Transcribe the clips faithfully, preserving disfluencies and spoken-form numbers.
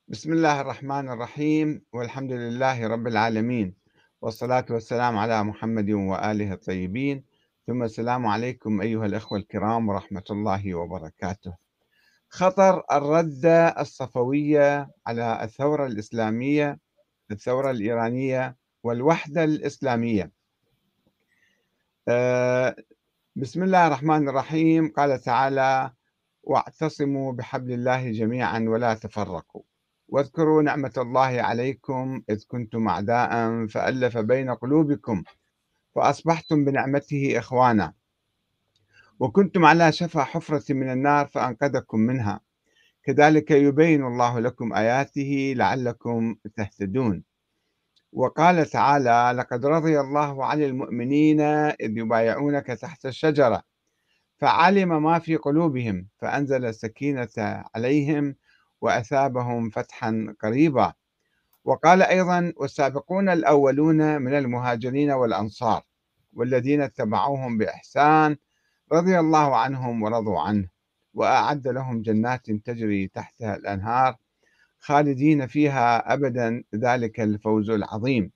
بسم الله الرحمن الرحيم والحمد لله رب العالمين والصلاة والسلام على محمد وآله الطيبين ثم السلام عليكم أيها الأخوة الكرام ورحمة الله وبركاته. خطر الردة الصفوية على الثورة الإسلامية، الثورة الإيرانية والوحدة الإسلامية. آه، بسم الله الرحمن الرحيم. قال تعالى: واعتصموا بحبل الله جميعا ولا تفرقوا واذكروا نعمة الله عليكم إذ كنتم أعداء فألف بين قلوبكم فأصبحتم بنعمته إخوانا وكنتم على شفا حفرة من النار فأنقذكم منها كذلك يبين الله لكم آياته لعلكم تهتدون. وقال تعالى: لقد رضي الله عن المؤمنين إذ يبايعونك تحت الشجرة فعلم ما في قلوبهم فأنزل السكينة عليهم وأثابهم فتحا قريبا. وقال أيضا: والسابقون الأولون من المهاجرين والأنصار والذين اتبعوهم بإحسان رضي الله عنهم ورضوا عنه وأعد لهم جنات تجري تحتها الأنهار خالدين فيها أبدا ذلك الفوز العظيم.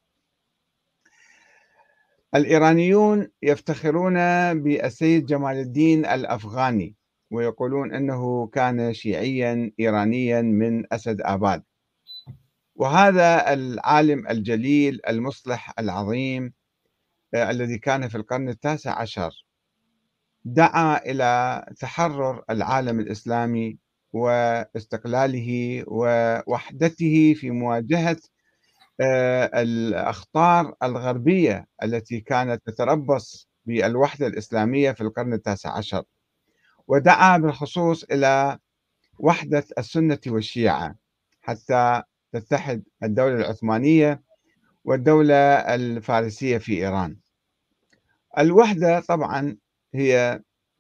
الإيرانيون يفتخرون بالسيد جمال الدين الأفغاني ويقولون أنه كان شيعيا إيرانيا من أسد آباد، وهذا العالم الجليل المصلح العظيم آه، الذي كان في القرن التاسع عشر دعا إلى تحرر العالم الإسلامي واستقلاله ووحدته في مواجهة آه، الأخطار الغربية التي كانت تتربص بالوحدة الإسلامية في القرن التاسع عشر، ودعا بالخصوص إلى وحدة السنة والشيعة حتى تتحد الدولة العثمانية والدولة الفارسية في إيران. الوحدة طبعا هي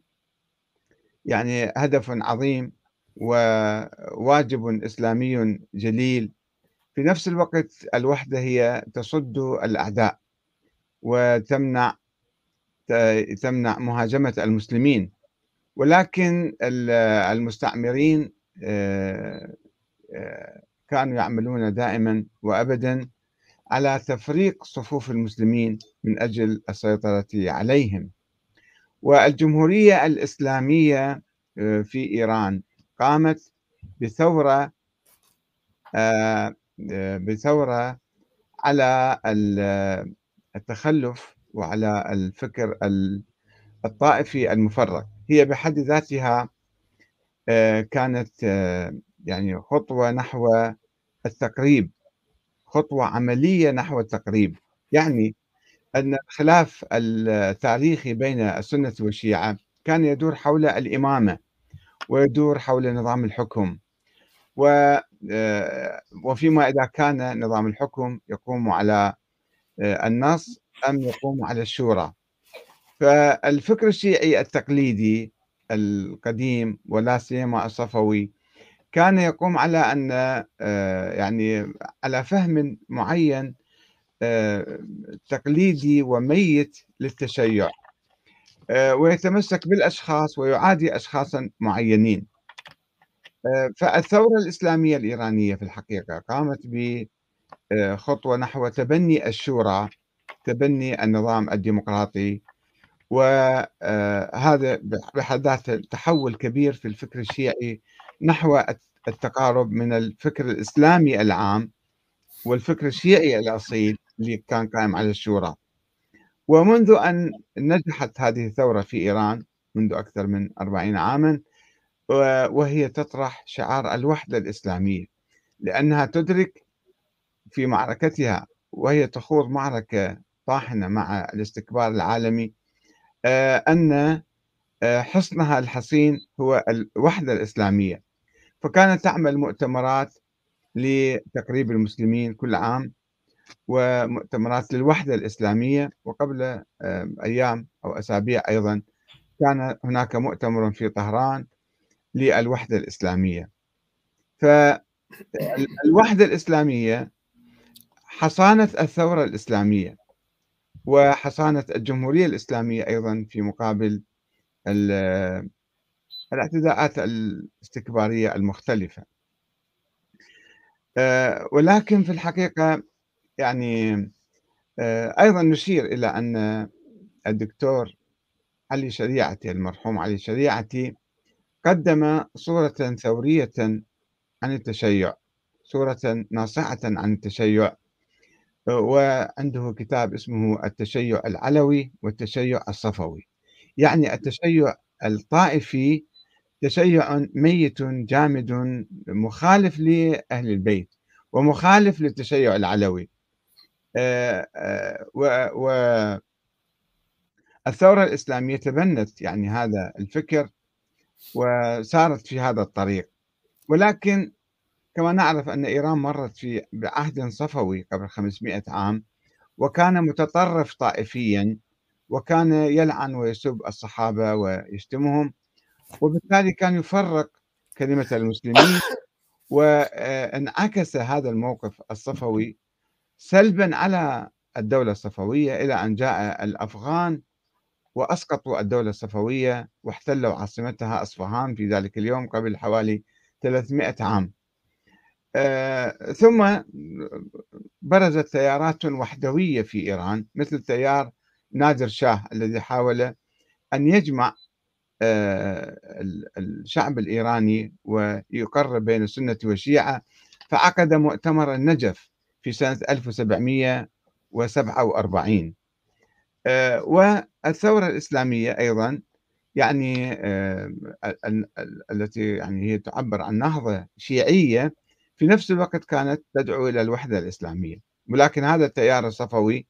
يعني هدف عظيم وواجب إسلامي جليل. في نفس الوقت الوحدة هي تصد الأعداء وتمنع تمنع مهاجمة المسلمين، ولكن ال- المستعمرين آه، آه، كانوا يعملون دائما وأبدا على تفريق صفوف المسلمين من أجل السيطرة عليهم. والجمهورية الإسلامية آه، في إيران قامت بثورة آه، آه، بثورة على ال- التخلف وعلى الفكر الطائفي المفرط. هي بحد ذاتها آه، كانت آه، يعني خطوة نحو التقريب، خطوة عملية نحو التقريب. يعني أن الخلاف التاريخي بين السنة والشيعة كان يدور حول الإمامة ويدور حول نظام الحكم، و آه، وفيما إذا كان نظام الحكم يقوم على آه، النص أم يقوم على الشورى. فالفكر الشيعي التقليدي القديم ولا سيما الصفوي كان يقوم على أن آه، يعني على فهم معين آه، تقليدي وميت للتشيع، آه، ويتمسك بالأشخاص ويعادي أشخاصا معينين. آه، فالثورة الإسلامية الإيرانية في الحقيقة قامت بخطوة نحو تبني الشورى، تبني النظام الديمقراطي، وهذا بحد ذاته تحول كبير في الفكر الشيعي نحو التقارب من الفكر الإسلامي العام والفكر الشيعي الأصيل اللي كان قائم على الشورى. ومنذ أن نجحت هذه الثورة في إيران منذ أكثر من أربعين عاما وهي تطرح شعار الوحدة الإسلامية، لأنها تدرك في معركتها وهي تخوض معركة طاحنة مع الاستكبار العالمي آه، أن آه، حصنها الحصين هو الوحدة الإسلامية. فكانت تعمل مؤتمرات لتقريب المسلمين كل عام ومؤتمرات للوحدة الإسلامية. وقبل آه، أيام أو أسابيع أيضا كان هناك مؤتمر في طهران للوحدة الإسلامية. فالوحدة الإسلامية حصانة الثورة الإسلامية وحصانة الجمهورية الإسلامية أيضا في مقابل ال- الاعتداءات الاستكبارية المختلفة. آآ ولكن في الحقيقة يعني آآ أيضًا نشير إلى أن الدكتور علي شريعتي، المرحوم علي شريعتي، قدّم صورةً ثورية عن التشيُّع، صورةً ناصعة عن التشيُّع، وعنده كتاب اسمه التشيُّع العلوي والتشيُّع الصفوي. يعني التشيُّع الطائفي تشيُّع ميت جامد مخالف لأهل البيت، ومخالف للتشيُّع العلوي. آآ آآ و والثورة الإسلامية تبنت يعني هذا الفكر وسارت في هذا الطريق، ولكن كما نعرف أن إيران مرّت في بعهد صفوي قبل خمسمائة عام، وكان متطرف طائفيًا، وكان يلعن ويسب الصحابة ويشتمهم، وبالتالي كان يفرّق كلمة المسلمين، وانعكس هذا الموقف الصفوي سلبًا على الدولة الصفوية إلى أن جاء الأفغان وأسقطوا الدولة الصفوية واحتلوا عاصمتها أصفهان في ذلك اليوم قبل حوالي ثلاثمائة عام. آآ ثم برزت تيارات وحدوية في إيران مثل تيار نادر شاه الذي حاول أن يجمع آآ ال الشعب الإيراني ويقرّب بين السنة والشيعة، فعقد مؤتمر النجف في سنة ألف وسبعمائة وسبعة وأربعين. آآ والثورة الإسلامية أيضًا يعني آآ ال ال ال التي يعني هي تعبّر عن نهضة شيعية، في نفس الوقت كانت تدعو إلى الوحدة الإسلامية، ولكن هذا التيار الصفوي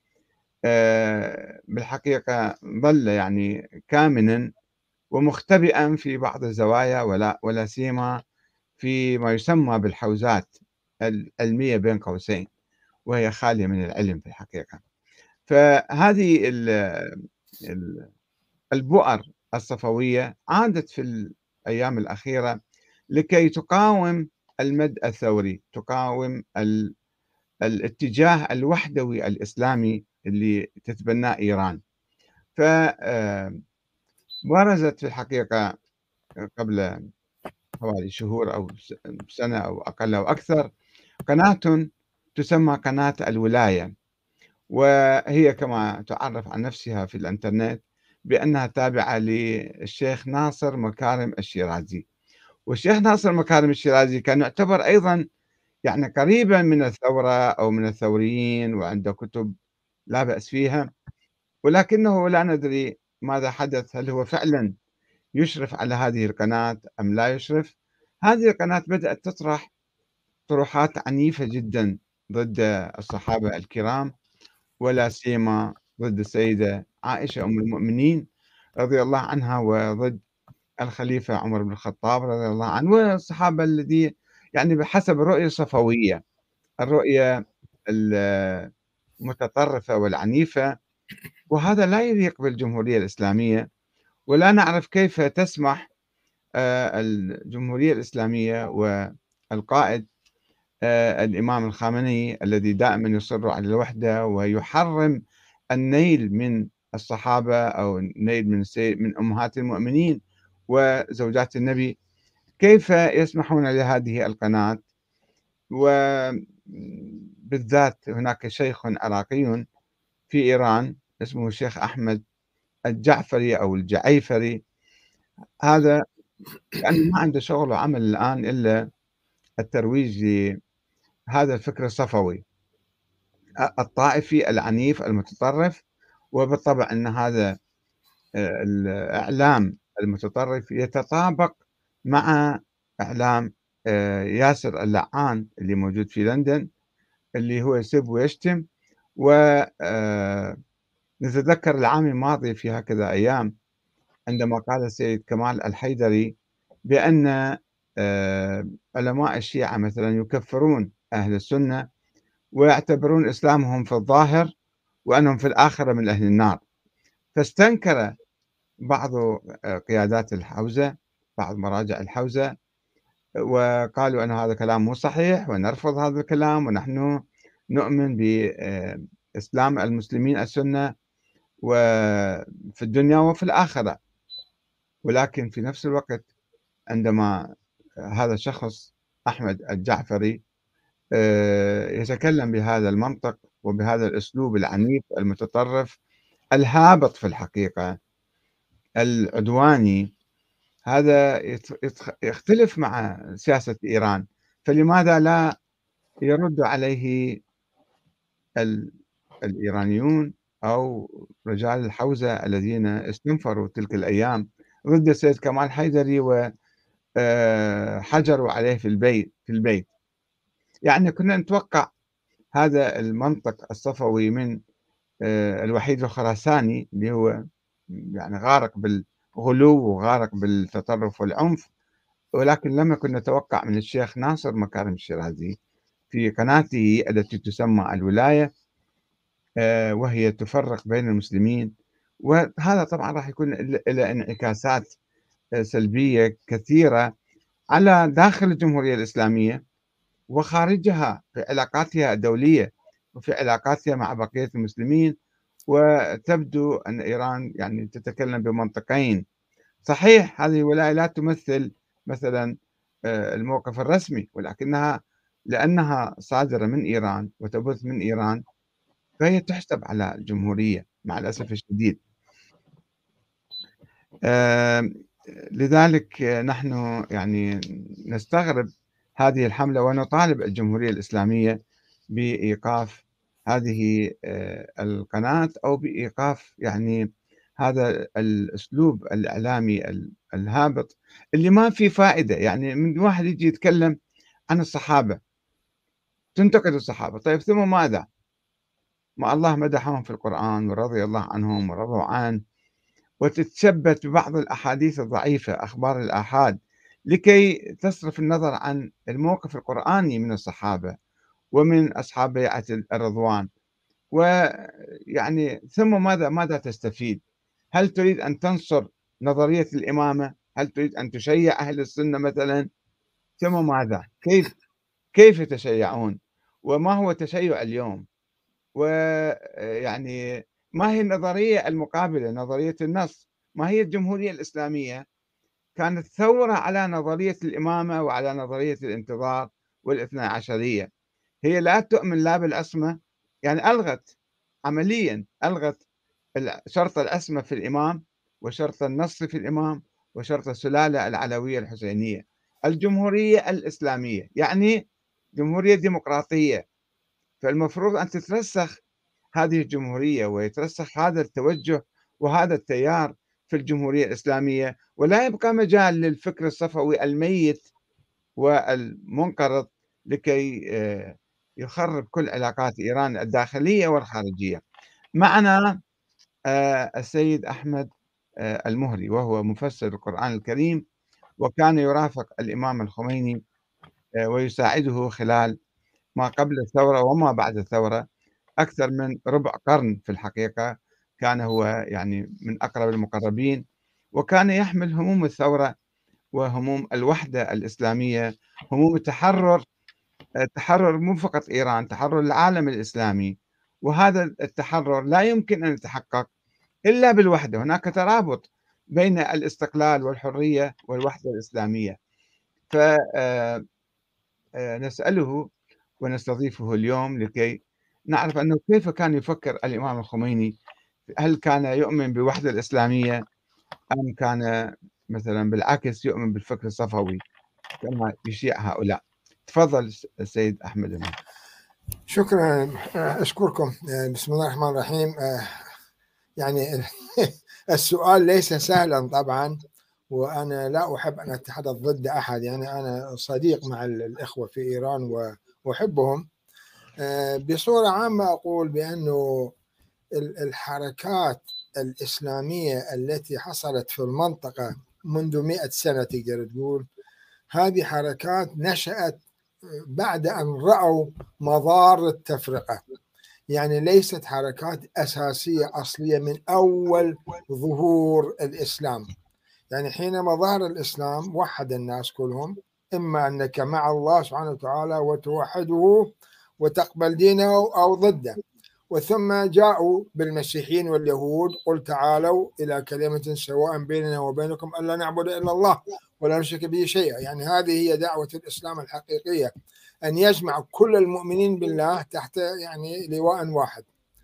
آآ بالحقيقة ظل يعني كامنًا ومختبئًا في بعض الزوايا، ولا ولا سيما فيما يسمى بالحوزات العلمية بين قوسين، وهي خالية من العلم في الحقيقة. فهذه ال ال البؤر الصفوية عادت في الأيام الأخيرة لكي تقاوم المد الثوري، تقاوم ال الاتجاه الوحدوي الإسلامي اللي تتبناه إيران. ف آآ برزت في الحقيقة قبل حوالي شهور أو س سنة أو أقل أو أكثر قناة تسمى قناة الولاية، وهي كما تعرف عن نفسها في الإنترنت بأنها تابعة للشيخ ناصر مكارم الشيرازي. والشيخ ناصر مكارم الشيرازي كان يعتبر أيضًا يعني قريبًا من الثورة أو من الثوريين، وعنده كتب لا بأس فيها، ولكنه لا ندري ماذا حدث، هل هو فعلًا يشرف على هذه القناة أم لا يشرف؟ هذه القناة بدأت تطرح طروحات عنيفة جدًا ضد الصحابة الكرام، ولا سيما ضد السيدة عائشة أم المؤمنين رضي الله عنها، وضد الخليفة عمر بن الخطاب رضي الله عنه، والصحابة الذي يعني بحسب الرؤية الصفوية، الرؤية ال المتطرفة والعنيفة، وهذا لا يليق بالجمهورية الإسلامية، ولا نعرف كيف تسمح آآ الجمهورية الإسلامية والقائد آآ الإمام الخامنئي الذي دائمًا يصر على الوحدة ويحرم النيل من الصحابة أو النيل من السي من أمهات المؤمنين وزوجات النبي، كيف يسمحون لهذه القناة؟ وبالذات هناك شيخ عراقي في إيران اسمه الشيخ أحمد الجعفري أو الجعيفري، هذا يعني ما عنده شغل وعمل الآن إلا الترويج لهذا الفكر الصفوي أ الطائفي العنيف المتطرف، وبالطبع أن هذا آآ الإعلام المتطرف يتطابق مع إعلام آآ ياسر اللعّان اللي موجود في لندن، اللي هو يسب ويشتم. و آآ نتذكر العام الماضي في هكذا أيام عندما قال السيد كمال الحيدري بأن آآ علماء الشيعة مثلًا يكفّرون أهل السنة ويعتبرون إسلامهم في الظاهر وأنهم في الآخرة من أهل النار. فاستنكر بعض آآ قيادات الحوزة، بعض مراجع الحوزة، وقالوا أن هذا كلام مو صحيح ونرفض هذا الكلام، ونحن نؤمن ب آآ إسلام المسلمين السنة وفي الدنيا وفي الآخرة. ولكن في نفس الوقت عندما هذا الشخص أحمد الجعفري يتكلم بهذا المنطق وبهذا الأسلوب العنيف المتطرف الهابط في الحقيقة العدواني. هذا يختلف مع سياسة إيران، فلماذا لا يرد عليه الإيرانيون أو رجال الحوزة الذين استنفروا تلك الأيام ضد السيد كمال حيدري وحجروا عليه في البيت في البيت يعني كنا نتوقع هذا المنطق الصفوي من الوحيد الخراساني اللي هو يعني غارق بالغلو وغارق بالتطرف والعنف، ولكن لم نكن نتوقع من الشيخ ناصر مكارم الشيرازي في قناته التي تسمى الولاية وهي تفرق بين المسلمين، وهذا طبعا راح يكون له انعكاسات سلبية كثيرة على داخل الجمهورية الإسلامية وخارجها في علاقاتها الدولية وفي علاقاتها مع بقية المسلمين. وتبدو أن إيران يعني تتكلم بمنطقين. صحيح هذه الولاية لا تمثل مثلا الموقف الرسمي، ولكنها لأنها صادرة من إيران وتبث من إيران فهي تحسب على الجمهورية مع الأسف الشديد. لذلك نحن يعني نستغرب هذه الحملة ونطالب الجمهورية الإسلامية بإيقاف هذه القناة أو بإيقاف يعني هذا الأسلوب الإعلامي الهابط اللي ما فيه فائدة. يعني من واحد يجي يتكلم عن الصحابة تنتقد الصحابة، طيب ثم ماذا؟ ما الله مدحهم في القرآن ورضي الله عنهم ورضوا عنه، وتتثبت ببعض الأحاديث الضعيفة أخبار الآحاد لكي تصرف النظر عن الموقف القرآني من الصحابة ومن أصحاب بيعة الرضوان. ويعني ثم ماذا ماذا تستفيد؟ هل تريد أن تنصر نظرية الإمامة؟ هل تريد أن تشيع أهل السنة مثلا؟ ثم ماذا؟ كيف كيف يتشيعون؟ وما هو التشيع اليوم؟ ويعني ما هي النظرية المقابلة نظرية النص؟ ما هي الجمهورية الإسلامية؟ كانت ثورة على نظرية الإمامة وعلى نظرية الانتظار والاثنى عشرية. هي لا تؤمن لا بالعصمة، يعني ألغت عمليا ألغت شرط العصمة في الإمام وشرط النص في الإمام وشرط السلالة العلوية الحسينية. الجمهورية الإسلامية يعني جمهورية ديمقراطية، فالمفروض أن تترسخ هذه الجمهورية ويترسخ هذا التوجه وهذا التيار في الجمهورية الإسلامية، ولا يبقى مجال للفكر الصفوي الميت والمنقرض لكي يخرب كل علاقات إيران الداخلية والخارجية. معنا السيد أحمد المهري وهو مفسر القرآن الكريم، وكان يرافق الإمام الخميني ويساعده خلال ما قبل الثورة وما بعد الثورة أكثر من ربع قرن. في الحقيقة كان هو يعني من أقرب المقربين، وكان يحمل هموم الثورة وهموم الوحدة الإسلامية، هموم التحرر، التحرر مو فقط إيران، تحرر العالم الإسلامي. وهذا التحرر لا يمكن أن يتحقق إلا بالوحدة. هناك ترابط بين الاستقلال والحرية والوحدة الإسلامية. فنسأله ونستضيفه اليوم لكي نعرف أنه كيف كان يفكر الإمام الخميني. هل كان يؤمن بالوحدة الإسلامية أم كان مثلا بالعكس يؤمن بالفكر الصفوي كما يشيع هؤلاء؟ تفضل السيد أحمد المهدي. شكرا، أشكركم. بسم الله الرحمن الرحيم. يعني السؤال ليس سهلا طبعا، وأنا لا أحب أن أتحدث ضد أحد، يعني أنا صديق مع الإخوة في إيران وأحبهم. بصورة عامة أقول بأنه الحركات الإسلامية التي حصلت في المنطقة منذ مئة سنة تقدر تقول، هذه حركات نشأت بعد أن رأوا مضار التفرقة، يعني ليست حركات أساسية أصلية من أول ظهور الإسلام. يعني حينما ظهر الإسلام وحد الناس كلهم، إما أنك مع الله سبحانه وتعالى وتوحده وتقبل دينه أو ضده. وثم جاءوا بالمسيحيين واليهود قل تعالوا إلى كلمة سواء بيننا وبينكم ألا نعبد إلا الله ولا نشرك به شيئا. يعني هذه هي دعوة الإسلام الحقيقية، أن يجمع كل المؤمنين بالله تحت يعني لواء واحد.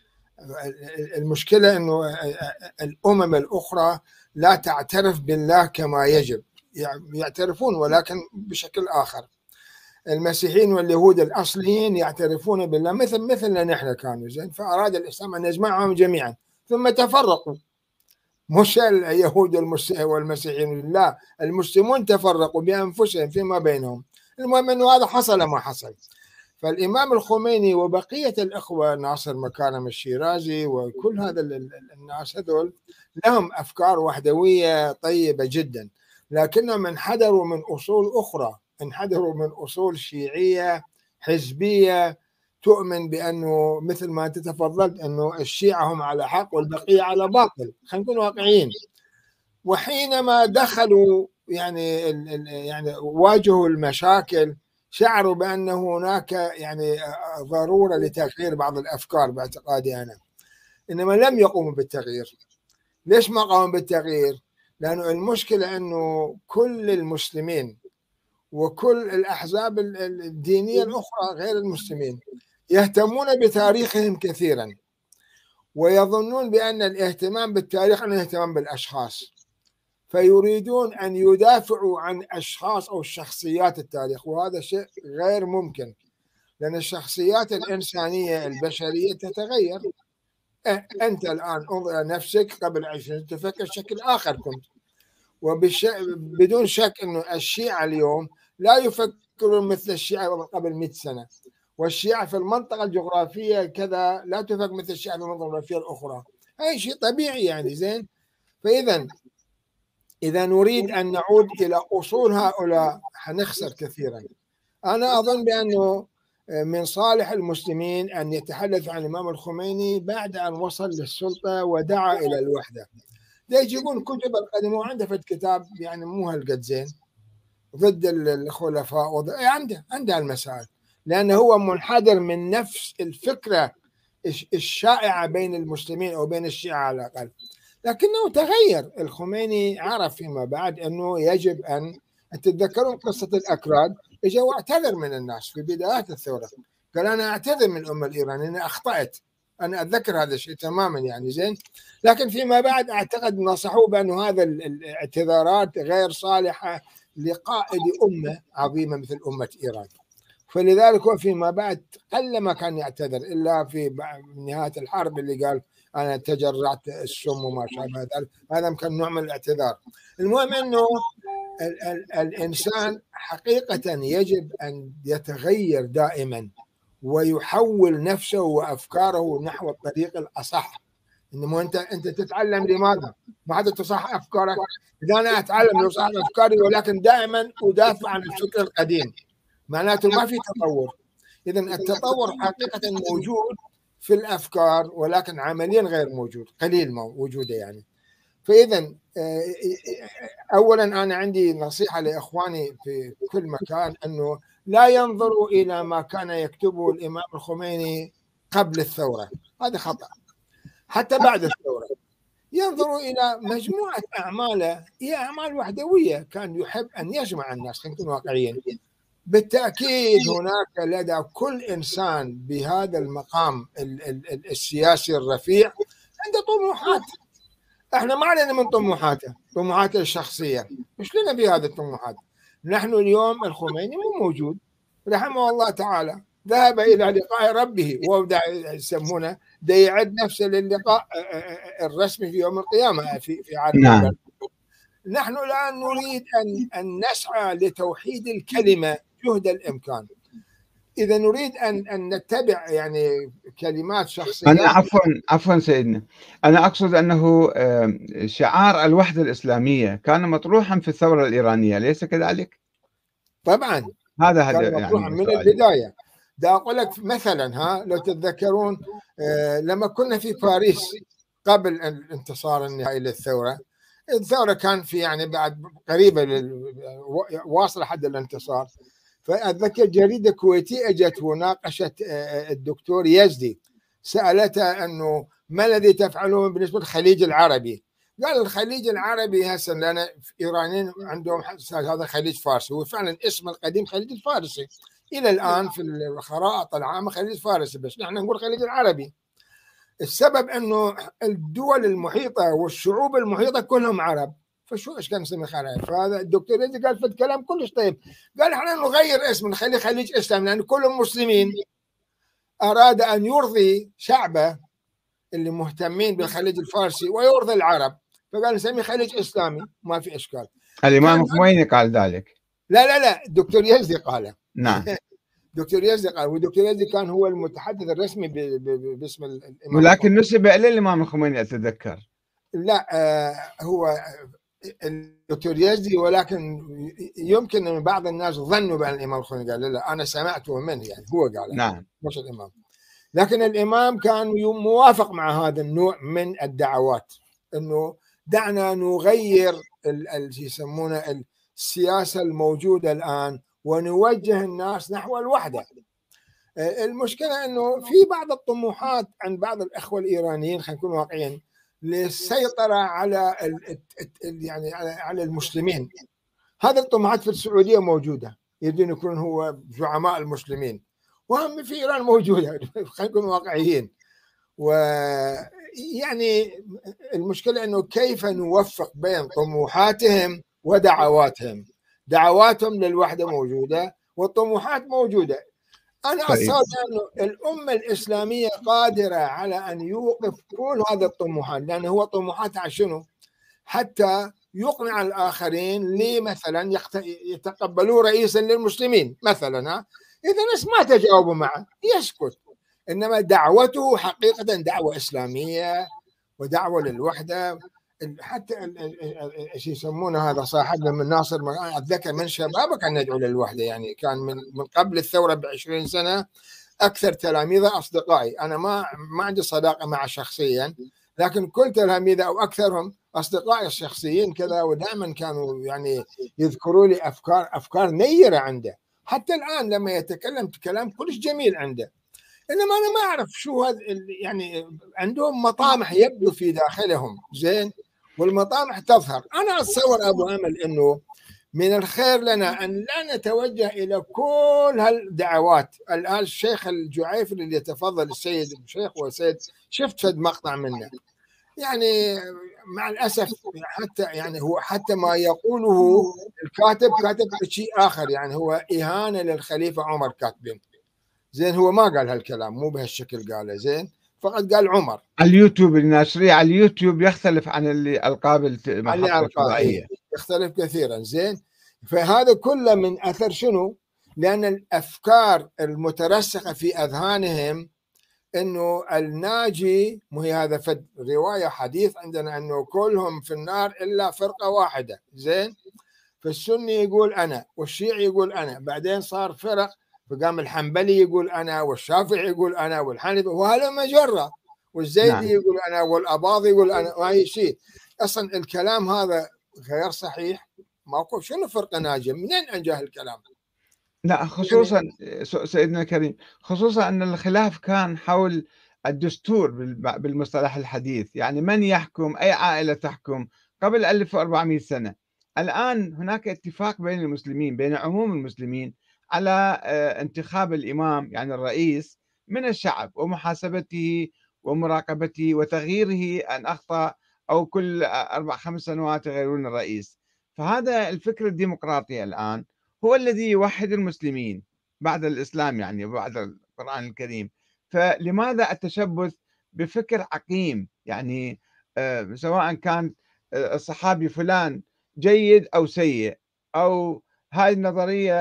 المشكلة أنه الأمم الأخرى لا تعترف بالله كما يجب، يعترفون ولكن بشكل آخر. المسيحيين واليهود الأصليين يعترفون بالله مثل مثلنا نحن كانوا زين، فأراد الإسلام أن يجمعهم جميعا ثم تفرقوا. مش اليهود والمسيحيين، لا، المسلمون تفرقوا بأنفسهم فيما بينهم. المهم أنه هذا حصل ما حصل. فالإمام الخميني وبقية الأخوة ناصر مكارم الشيرازي وكل هذا الناس هذول لهم أفكار وحدوية طيبة جدا، لكنهم انحدروا من أصول أخرى، انحدروا من أصول شيعية حزبية تؤمن بأنه مثل ما أنت تفضلت أنه الشيعة هم على حق والبقية على باطل. خلينا نكون واقعيين. وحينما دخلوا يعني يعني واجهوا المشاكل شعروا بأن هناك يعني ضرورة لتغيير بعض الأفكار باعتقادي أنا، إنما لم يقوموا بالتغيير. ليش ما قاموا بالتغيير؟ لأنه المشكلة أنه كل المسلمين وكل الأحزاب الدينية الأخرى غير المسلمين يهتمون بتاريخهم كثيرا، ويظنون بأن الاهتمام بالتاريخ أنه اهتمام بالأشخاص، فيريدون أن يدافعوا عن أشخاص أو شخصيات التاريخ، وهذا شيء غير ممكن، لأن الشخصيات الإنسانية البشرية تتغير. أنت الآن انظر نفسك قبل عشرين تفكر بشكل آخر كنت، وبدون شك أنه الشيعة اليوم لا يفكرون مثل الشيعة قبل مئة سنة، والشيعة في المنطقة الجغرافية كذا لا تفكر مثل الشيعة في المنطقة الجغرافية الأخرى. أي شيء طبيعي يعني زين. فإذا إذا نريد أن نعود إلى أصول هؤلاء حنخسر كثيرا. أنا أظن بأنه من صالح المسلمين أن يتحدث عن الإمام الخميني بعد أن وصل للسلطة ودعا إلى الوحدة. يجيبون كتب القديمة، عنده في الكتاب يعني مو هالقد زين ضد الخلفاء وضد... عنده عنده المسائل، لأنه هو منحدر من نفس الفكرة الشائعة بين المسلمين أو بين الشيعة على الأقل. لكنه تغير. الخميني عرف فيما بعد أنه يجب أن تتذكرون قصة الأكراد، إجا واعتذر من الناس في بدايات الثورة، قال أنا أعتذر من الأمة الإيرانية، أنا أخطأت، أنا أتذكر هذا الشيء تماما يعني زين. لكن فيما بعد أعتقد نصحوه بأنه هذا الاعتذارات غير صالحة لقائد أمة عظيمة مثل أمة إيران، فلذلك هو فيما بعد قل ما كان يعتذر إلا في نهاية الحرب اللي قال أنا تجرعت السم وما شابه ذلك، هذا كان نوع من الاعتذار. المهم أنه ال ال الإنسان حقيقة يجب أن يتغير دائما ويحول نفسه وأفكاره نحو الطريق الأصح. إنما أنت أنت تتعلم لماذا؟ ما حدا تصحح أفكارك. إذا أنا أتعلم لصحح أفكاري ولكن دائما أدافع عن الفكر القديم معناته ما في تطور. إذا التطور حقيقة موجود في الأفكار ولكن عمليا غير موجود، قليل موجودة يعني. فإذا أولا أنا عندي نصيحة لإخواني في كل مكان أنه لا ينظروا إلى ما كان يكتبه الإمام الخميني قبل الثورة، هذا خطأ. حتى بعد الثورة ينظروا إلى مجموعة أعماله، هي أعمال وحدوية، كان يحب أن يجمع الناس. خلينا نكون واقعيين. بالتأكيد هناك لدى كل إنسان بهذا المقام السياسي الرفيع عنده طموحات، احنا ما علينا من طموحاته، طموحاته الشخصية، مش لنا بهذه الطموحات. نحن اليوم الخميني مو موجود رحمه الله تعالى، ذهب إلى لقاء ربه، وهو يسمونه دا يعد نفسه للقاء الرسمي في يوم القيامة في في عالم نعم. البر. نحن الآن نريد أن أن نسعى لتوحيد الكلمة جهد الإمكان. إذا نريد أن أن نتبع يعني كلمات شخصية. أنا عفوا عفوا سيدنا، أنا أقصد أنه شعار الوحدة الإسلامية كان مطروحا في الثورة الإيرانية، أليس كذلك؟ طبعا هذا هذا كان مطروحا يعني من سؤالي. البداية. دا أقول لك مثلا ها لو تتذكرون لما كنا في باريس قبل الانتصار النهائي للثورة، الثورة كان في يعني بعد قريبة واصلة حد الانتصار، فأتذكر جريدة كويتية أجت وناقشت الدكتور يزدي، سألته أنه ما الذي تفعلون بالنسبة للخليج العربي؟ قال الخليج العربي هسه لأن الإيرانيين عندهم هذا خليج فارسي، هو فعلا اسم القديم خليج الفارسي، إلى الآن في الخرائط العامة خليج فارسي، بس نحن نقول خليج العربي. السبب أنه الدول المحيطة والشعوب المحيطة كلهم عرب، فشو ايش كان نسمي خليج؟ فهذا الدكتور يزي قال في الكلام كلش طيب، قال احنا نغير اسم نخليه خليج اسلام لأن كلهم مسلمين. أراد أن يرضي شعبه اللي مهتمين بالخليج الفارسي ويرضي العرب، فقال نسميه خليج إسلامي ما في إشكال. الإمام الخميني قال ذلك. لا لا لا الدكتور يزدي قاله. نعم. دكتور يزدي قال، والدكتور يزدي كان هو المتحدث الرسمي باسم الإمام، ولكن نسب إلى الإمام الخميني أتذكر. لا آه هو الدكتور يزدي، ولكن يمكن أن بعض الناس ظنوا بأن الإمام الخميني قال. لا, لا أنا سمعته منه، يعني هو قال. نعم. مش الإمام. لكن الإمام كان موافق مع هذا النوع من الدعوات، أنه دعنا نغير يسمونه السياسة الموجودة الآن ونوجه الناس نحو الوحدة. المشكلة أنه في بعض الطموحات عند بعض الأخوة الإيرانيين، خلينا نكون واقعيين، للسيطرة على يعني على المسلمين. هذه الطموحات في السعودية موجودة، يريدون يكون هو زعماء المسلمين، وهم في إيران موجودة. خلينا نكون واقعيين. ويعني المشكلة أنه كيف نوفق بين طموحاتهم ودعواتهم. دعواتهم للوحدة موجودة والطموحات موجودة. أنا أتصور أنه الأمة الإسلامية قادرة على أن يوقف كل هذا الطموحات، لأنه هو طموحات عشانه حتى يقنع الآخرين لي مثلا يتقبلوا رئيسا للمسلمين مثلا. ها إذا الناس ما تجاوبوا معه يسكت، إنما دعوته حقيقة دعوة إسلامية ودعوة للوحدة. حتى ايش يسمونه هذا صاحبنا من ناصر، اتذكر من شبابه كان يدعو للوحده، يعني كان من من قبل الثوره ب عشرين سنه. اكثر تلاميذه اصدقائي، انا ما ما عندي صداقه معه شخصيا، لكن كل تلاميذه او اكثرهم اصدقائي الشخصيين كذا، ودائما كانوا يعني يذكروا لي افكار افكار نيره عنده. حتى الان لما يتكلم كلام كلش جميل عنده، انما انا ما اعرف شو هذا يعني. عندهم مطامح يبدو في داخلهم زين، والمطامح تظهر. انا اتصور ابو امل انه من الخير لنا ان لا نتوجه الى كل هالدعوات. الان الشيخ الجعيفري اللي يتفضل السيد الشيخ والسيد، شفت فد مقطع منه، يعني مع الاسف حتى يعني هو حتى ما يقوله الكاتب كاتب شيء اخر، يعني هو اهانه للخليفه عمر كاتبين. زين هو ما قال هالكلام، مو بهالشكل قاله، زين فقط قال عمر. اليوتيوب اللي ناشريه على اليوتيوب يختلف عن اللي القاب المحطه الفضائيه، يختلف كثيرا. زين فهذا كله من اثر شنو؟ لان الافكار المترسخه في اذهانهم انه الناجي، مو هي هذا فد روايه حديث عندنا انه كلهم في النار الا فرقه واحده. زين فالسني يقول انا، والشيعي يقول انا، بعدين صار فرق، فقام الحنبلي يقول انا، والشافعي يقول انا، والحنفي، وهذا مجره، والزيدي نعم. يقول انا، والاباضي يقول انا، وهي شيء اصلا الكلام هذا غير صحيح. ماكو شنو فرقه ناجيه؟ منين انجاه الكلام؟ لا خصوصا سيدنا الكريم، خصوصا ان الخلاف كان حول الدستور بالمصطلح الحديث، يعني من يحكم، اي عائله تحكم قبل ألف وأربعمئة سنه. الان هناك اتفاق بين المسلمين، بين عموم المسلمين، على انتخاب الامام يعني الرئيس من الشعب، ومحاسبته ومراقبته وتغييره ان اخطا، او كل اربع خمس سنوات يغيرون الرئيس. فهذا الفكر الديمقراطي الان هو الذي يوحد المسلمين بعد الإسلام، يعني بعد القرآن الكريم. فلماذا التشبث بفكر عقيم؟ يعني سواء كان الصحابي فلان جيد أو سيء، أو هذه النظرية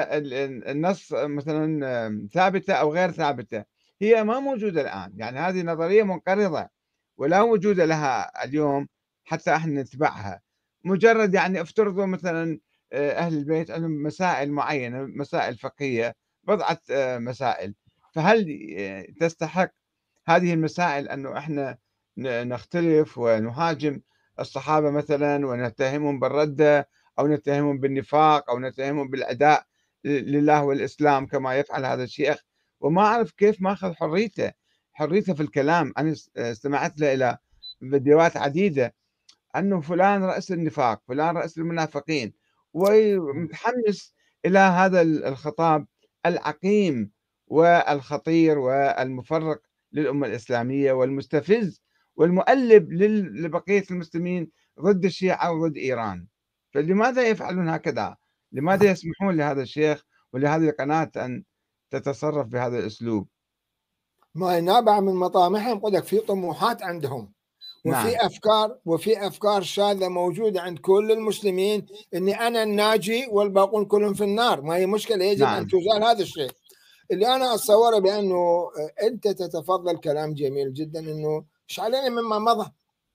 النص مثلا ثابتة أو غير ثابتة، هي ما موجودة الآن. يعني هذه نظرية منقرضة ولا وجود لها اليوم حتى احنا نتبعها. مجرد يعني افترضوا مثلا أهل البيت عندهم مسائل معينة، مسائل فقهية، بضعة مسائل، فهل تستحق هذه المسائل أنه إحنا نختلف ونهاجم الصحابة مثلا، ونتهمهم بالردة، أو نتهمهم بالنفاق، أو نتهمهم بالأداء لله والإسلام كما يفعل هذا الشيخ، وما أعرف كيف ماخذ حريته حريته في الكلام. أنا استمعت له إلى فيديوهات عديدة أنه فلان رأس النفاق، فلان رأس المنافقين، ومتحمس إلى هذا الخطاب العقيم والخطير والمفرق للأمة الإسلامية والمستفز والمؤلب لبقية المسلمين ضد الشيعة وضد إيران. فلماذا يفعلون هكذا؟ لماذا يسمحون لهذا الشيخ ولهذه القناة أن تتصرف بهذا الأسلوب؟ ما نابع من مطامحهم، قل لك في طموحات عندهم، وفي نعم. افكار وفي افكار شاذه موجوده عند كل المسلمين، اني انا الناجي والباقون كلهم في النار. ما هي مشكله، يجب نعم. ان تزال هذا الشيء. اللي انا اتصوره بانه انت تتفضل كلام جميل جدا، انه ايش علينا مما مضى.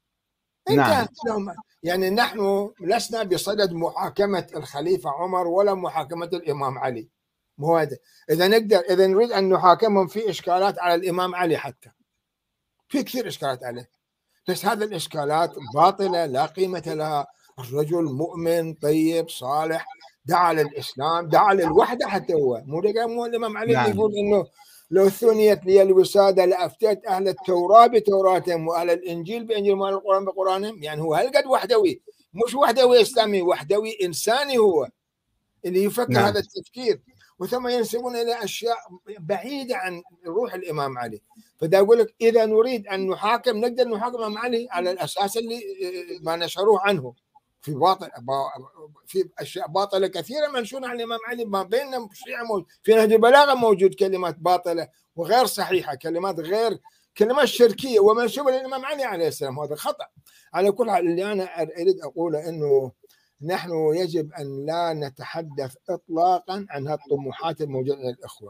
نعم. انت يعني نحن لسنا بصدد محاكمه الخليفه عمر ولا محاكمه الامام علي. مو هذا. اذا نقدر اذا نريد ان نحاكمهم في اشكالات على الامام علي، حتى في كثير اشكالات عليه، بس هذه الاشكالات باطله لا قيمه لها. الرجل مؤمن طيب صالح، دعا للاسلام، دعا للوحده، حتى هو مو مو الامام علي اللي نعم. يقول انه لو ثنيت لي الوساده لافتيت اهل التوراه بتوراتهم واهل الانجيل بانجيل واهل القران بقرانهم. يعني هو هالقد وحدوي، مش وحدوي اسلامي، وحدوي انساني هو اللي يفكر نعم. هذا التفكير. وثم ينسبون الى اشياء بعيده عن روح الامام علي. فدا اقول لك اذا نريد ان نحاكم نقدر نحاكم الامام علي على الاساس اللي ما نشروه عنه في باطل، في اشياء باطله كثيره منشوره عن الامام علي. ما بيننا الشيعة في نهج البلاغه موجود كلمات باطله وغير صحيحه، كلمات غير كلمات شركيه ومنسوبه للامام علي عليه السلام. هذا خطا. على كل حال اللي انا اريد اقوله انه نحن يجب أن لا نتحدث إطلاقا عن هالطموحات الموجودة للإخوة،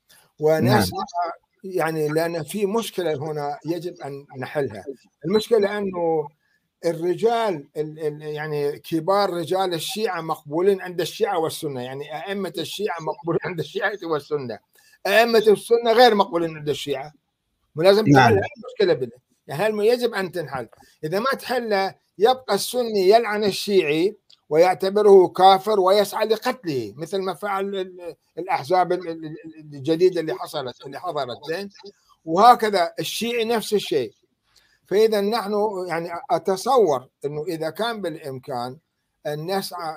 ونسعى يعني لأن في مشكلة هنا يجب أن نحلها. المشكلة أنه الرجال يعني كبار رجال الشيعة مقبولين عند الشيعة والسنة، يعني أئمة الشيعة مقبولين عند الشيعة والسنة، أئمة السنة غير مقبولين عند الشيعة. ولازم تحل المشكلة بنا، يعني يجب أن تنحل. إذا ما تحل يبقى السني يلعن الشيعي ويعتبره كافر ويسعى لقتله، مثل ما فعل الأحزاب الجديدة اللي حصلت اللي حضرت زين، وهكذا الشيعي نفس الشيء. فإذا نحن يعني أتصور أنه إذا كان بالإمكان أن نسعى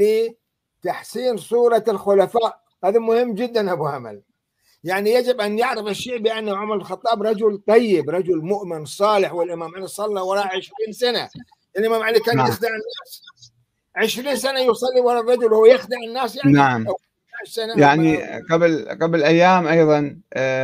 لتحسين صورة الخلفاء، هذا مهم جدا أبو همل. يعني يجب أن يعرف الشيعي بأن عمر الخطاب رجل طيب، رجل مؤمن صالح، والإمام علي صلى وراء عشرين سنة. الإمام علي كان نعم. يخدع الناس عشرين سنة يصلي وراء الرجل وهو يخدع الناس، يعني نعم. سنة يعني قبل قبل أيام أيضا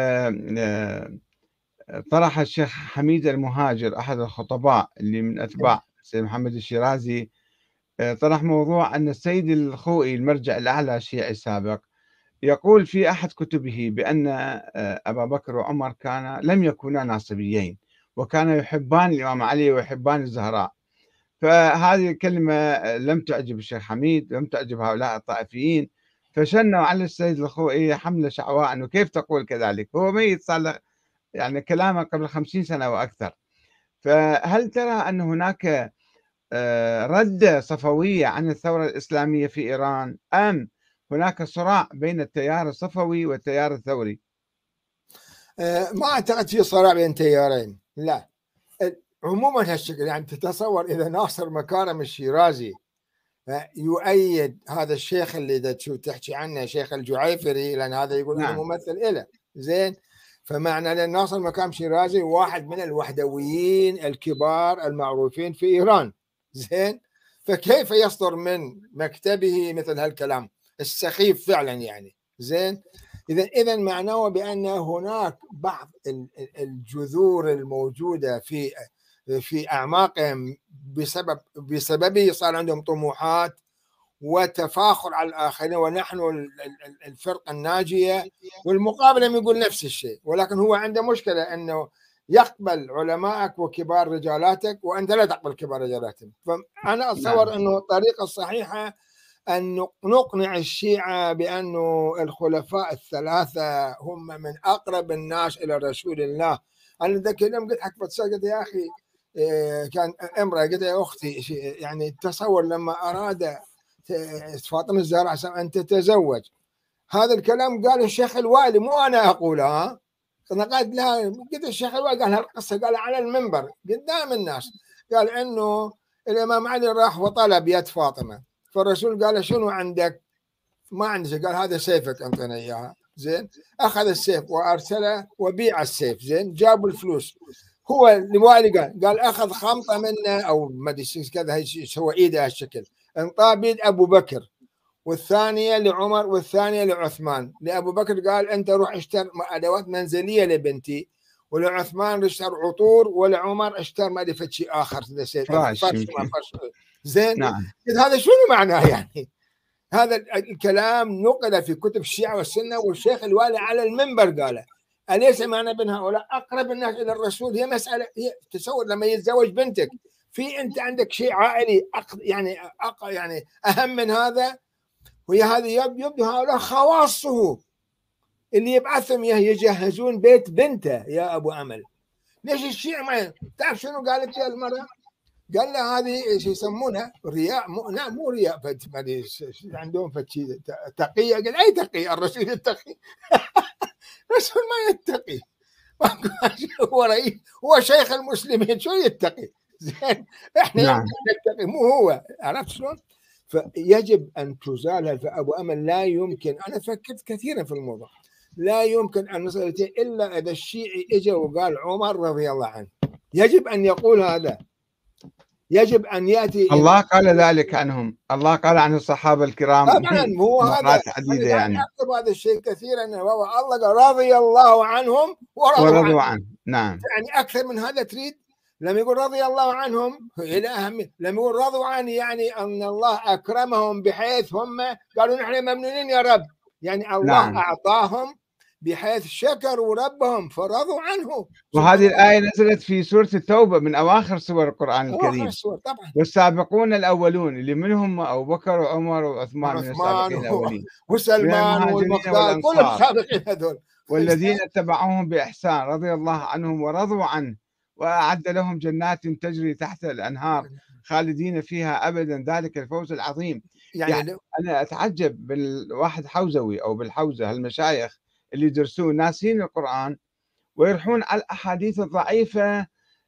طرح الشيخ حميد المهاجر أحد الخطباء اللي من أتباع سيد محمد الشيرازي، طرح موضوع أن السيد الخوئي المرجع الأعلى الشيعي السابق يقول في أحد كتبه بأن أبا بكر وعمر كان لم يكونا ناصبيين، وكان يحبان الإمام علي ويحبان الزهراء. فهذه الكلمة لم تعجب الشيخ حميد، لم تعجب هؤلاء الطائفيين، فشنوا على السيد الخوئي حملة شعواء أنه كيف تقول كذلك، هو ميت صار له يعني كلامه قبل خمسين سنة وأكثر. فهل ترى أن هناك ردة صفوية عن الثورة الإسلامية في إيران، أم هناك صراع بين التيار الصفوي والتيار الثوري؟ ما أعتقد في صراع بين تيارين، لا. عموما هالشكل يعني تتصور إذا ناصر مكارم الشيرازي يؤيد هذا الشيخ اللي تحكي عنه شيخ الجعيفري، لأن هذا يقول نعم. أنا ممثل إله زين، فمعنى لأن ناصر مكارم الشيرازي واحد من الوحدويين الكبار المعروفين في إيران زين، فكيف يصدر من مكتبه مثل هالكلام السخيف فعلا يعني زين. إذا إذا معناه بأن هناك بعض الجذور الموجودة في في أعماقهم بسبب بسببه صار عندهم طموحات وتفاخر على الآخرين، ونحن الفرقة الناجية، والمقابل يقول نفس الشيء، ولكن هو عنده مشكلة أنه يقبل علمائك وكبار رجالاتك وأنت لا تقبل كبار رجالاتهم. فأنا أتصور أنه الطريقة الصحيحة أن نقنع الشيعة بأن الخلفاء الثلاثة هم من أقرب الناس إلى رسول الله. أنا ذاك اليوم قلت حق قلت يا أخي كان امرأة، قلت يا أختي يعني تصور لما أراد فاطمة الزهراء أن تتزوج، هذا الكلام قال الشيخ الوالي مو أنا أقولها، نقد لها، قلت الشيخ الوالي قال هالقصة، قال على المنبر قدام الناس، قال إنه الإمام علي راح وطلب يد فاطمة، فالرسول قال شنو عندك؟ ما عندي شيء. قال هذا سيفك أنطينا إياها. زين، أخذ السيف وأرسله وبيع السيف. زين، جابوا الفلوس. هو الوالي قال قال أخذ خمطة منه أو ما أدري كذا، سوى إيده هالشكل، انطاه بيد أبو بكر، والثانية لعمر، والثانية لعثمان. لأبو بكر قال أنت روح اشتر أدوات منزلية لبنتي، ولعثمان اشتر عطور، ولعمر اشتر ما أدري شيء آخر، فراش فرش ما يمكن. فرش. زين، نعم. هذا شنو معناه يعني؟ هذا الكلام نقل في كتب الشيعة والسنة، والشيخ الوالي على المنبر قاله. أليس معنى بين هؤلاء أقرب الناس إلى الرسول؟ هي مسألة، هي تصور لما يتزوج بنتك، في أنت عندك شيء عائلي يعني يعني أهم من هذا؟ وهي هذه يبدو هؤلاء خواصه اللي يبعثهم يجهزون بيت بنته يا أبو أمل. ليش الشيعة ما تعرف شنو قالت يا المرأة؟ قال لها هذه ايش يسمونها رياء، مو لا مو رياء، عندهم فتشي تقية. قال اي تقي؟ الرسول يتقي؟ الرسول ما يتقي، هو رئيس، هو شيخ المسلمين، شو يتقي؟ زين، احنا نعم. نتقي مو هو. عرفت شلون؟ فيجب ان تزال. فابو امل لا يمكن، انا فكرت كثيرا في الموضوع، لا يمكن ان نصل الا اذا الشيعي اجى وقال عمر رضي الله عنه. يجب ان يقول هذا، يجب ان ياتي. الله قال ذلك عنهم، الله قال عن الصحابه الكرام طبعا هو هذا، مرات عديده انا يعني. اكتب هذا الشيء كثيرا. الله قال رضي الله عنهم ورضوا ورضوا عنه. عنه. نعم. يعني اكثر من هذا تريد؟ لما يقول رضي الله عنهم الى اهميه، لما يقول رضوا عنه يعني ان الله اكرمهم بحيث هم قالوا نحن ممنونين يا رب، يعني الله نعم. اعطاهم بحيث شكروا ربهم فرضوا عنه. وهذه الآية نزلت في سورة التوبة من أواخر سور القرآن الكريم. السور طبعا. والسابقون الأولون اللي منهم أبو بكر وعمر وعثمان من السابقين الأولين وسلمان والمقداد، كلهم سابقين هذول. والذين اتبعوهم بإحسان رضي الله عنهم ورضوا عنه وأعد لهم جنات تجري تحت الأنهار خالدين فيها أبدا ذلك الفوز العظيم. يعني, يعني أنا أتعجب بالواحد حوزوي أو بالحوزة هالمشايخ اللي يدرسون ناسين القرآن ويروحون على الأحاديث الضعيفة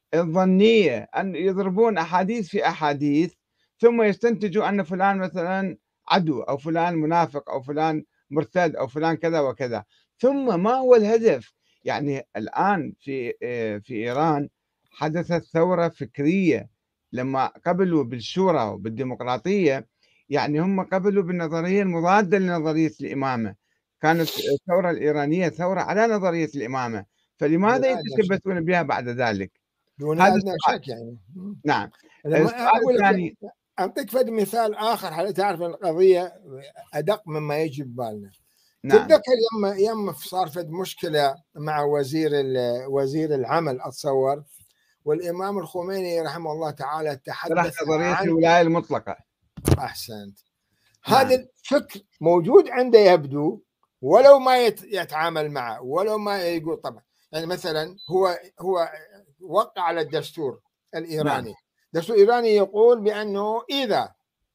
الظنية، أن يضربون أحاديث في أحاديث ثم يستنتجوا أن فلان مثلا عدو أو فلان منافق أو فلان مرتد أو فلان كذا وكذا. ثم ما هو الهدف؟ يعني الآن في في إيران حدثت ثورة فكرية لما قبلوا بالشورى وبالديمقراطية، يعني هم قبلوا بالنظرية المضادة لنظرية الإمامة. كانت الثورة الإيرانية ثورة على نظرية الإمامة، فلماذا يتشبثون بها بعد ذلك؟ دون أدنى شك يعني. نعم. السؤال الثاني أعطيك فد مثال آخر حتى تعرف القضية أدق مما يجي ببالنا. نعم. تتذكر يما يما صار فد مشكلة مع وزير وزير العمل أتصور، والإمام الخميني رحمه الله تعالى تحدث نظرية عن الولاية المطلقة. أحسنت. نعم. هذا الفكر موجود عنده يبدو، ولو ما يتعامل معه، ولو ما يقول. طبعا يعني مثلا هو هو وقع على الدستور الإيراني. نعم. الدستور الإيراني يقول بأنه إذا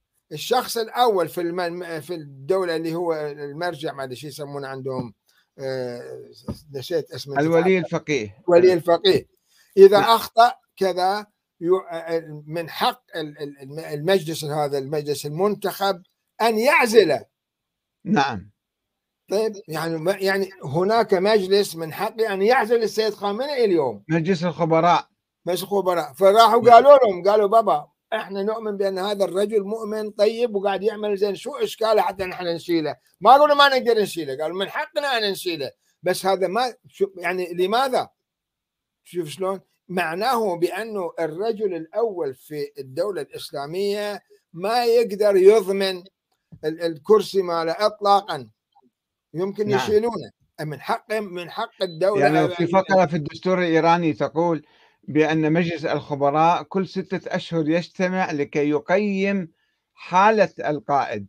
الشخص الأول في الم... في الدولة اللي هو المرجع، ما أدري شو يسمونه عندهم، آه... نسيت اسمه، الولي الفقيه، ولي الفقيه، إذا نعم. أخطأ كذا من حق المجلس، هذا المجلس المنتخب أن يعزله. نعم. طيب يعني يعني هناك مجلس من حقه أن يعزل السيد خامنئي اليوم، مجلس الخبراء. مجلس الخبراء. فراحوا قالوا لهم، قالوا بابا احنا نؤمن بأن هذا الرجل مؤمن طيب وقاعد يعمل زين، شو إشكاله حتى نحن نشيله؟ ما قالوا ما نقدر نشيله، قالوا من حقنا أن نشيله، بس هذا ما يعني لماذا؟ شوف شلون معناه بأنه الرجل الأول في الدولة الإسلامية ما يقدر يضمن الكرسي ماله إطلاقا، يمكن نعم. يشيلونه. من حق من حق الدولة. يعني في فقرة في الدستور الإيراني تقول بأن مجلس الخبراء كل ستة أشهر يجتمع لكي يقيم حالة القائد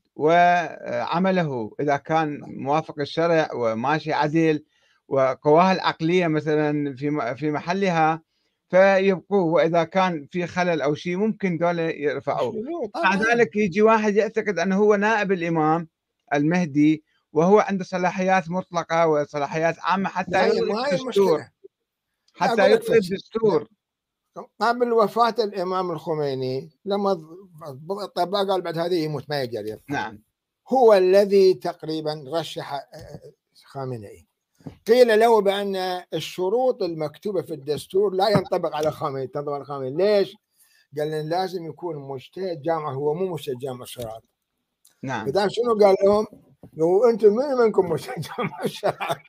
وعمله إذا كان موافق الشرع وماشي عدل وقواه العقلية مثلا في في محلها فيبقوه، وإذا كان في خلل أو شيء ممكن دولة يرفعوه. مع ذلك يجي واحد يعتقد أنه هو نائب الإمام المهدي وهو عنده صلاحيات مطلقة وصلاحيات عامة حتى هاي يلغي ما هي الدستور، المشكلة. حتى أقول لك يلغي فشي. الدستور. قبل وفاة الإمام الخميني لما طبق قال بعد هذه يموت ما يقدر يبقى، نعم هو الذي تقريبا رشح خامنئي. قيل له بأن الشروط المكتوبة في الدستور لا ينطبق على خامنئي، تنطبق على خامنئي. ليش؟ قال لهم لازم يكون مجتهد جامعة، هو مو مجتهد جامعة الشرائط. نعم فدام شنو قال لهم؟ قالوا انتم من منكم مجتهد جامعة الشرائط؟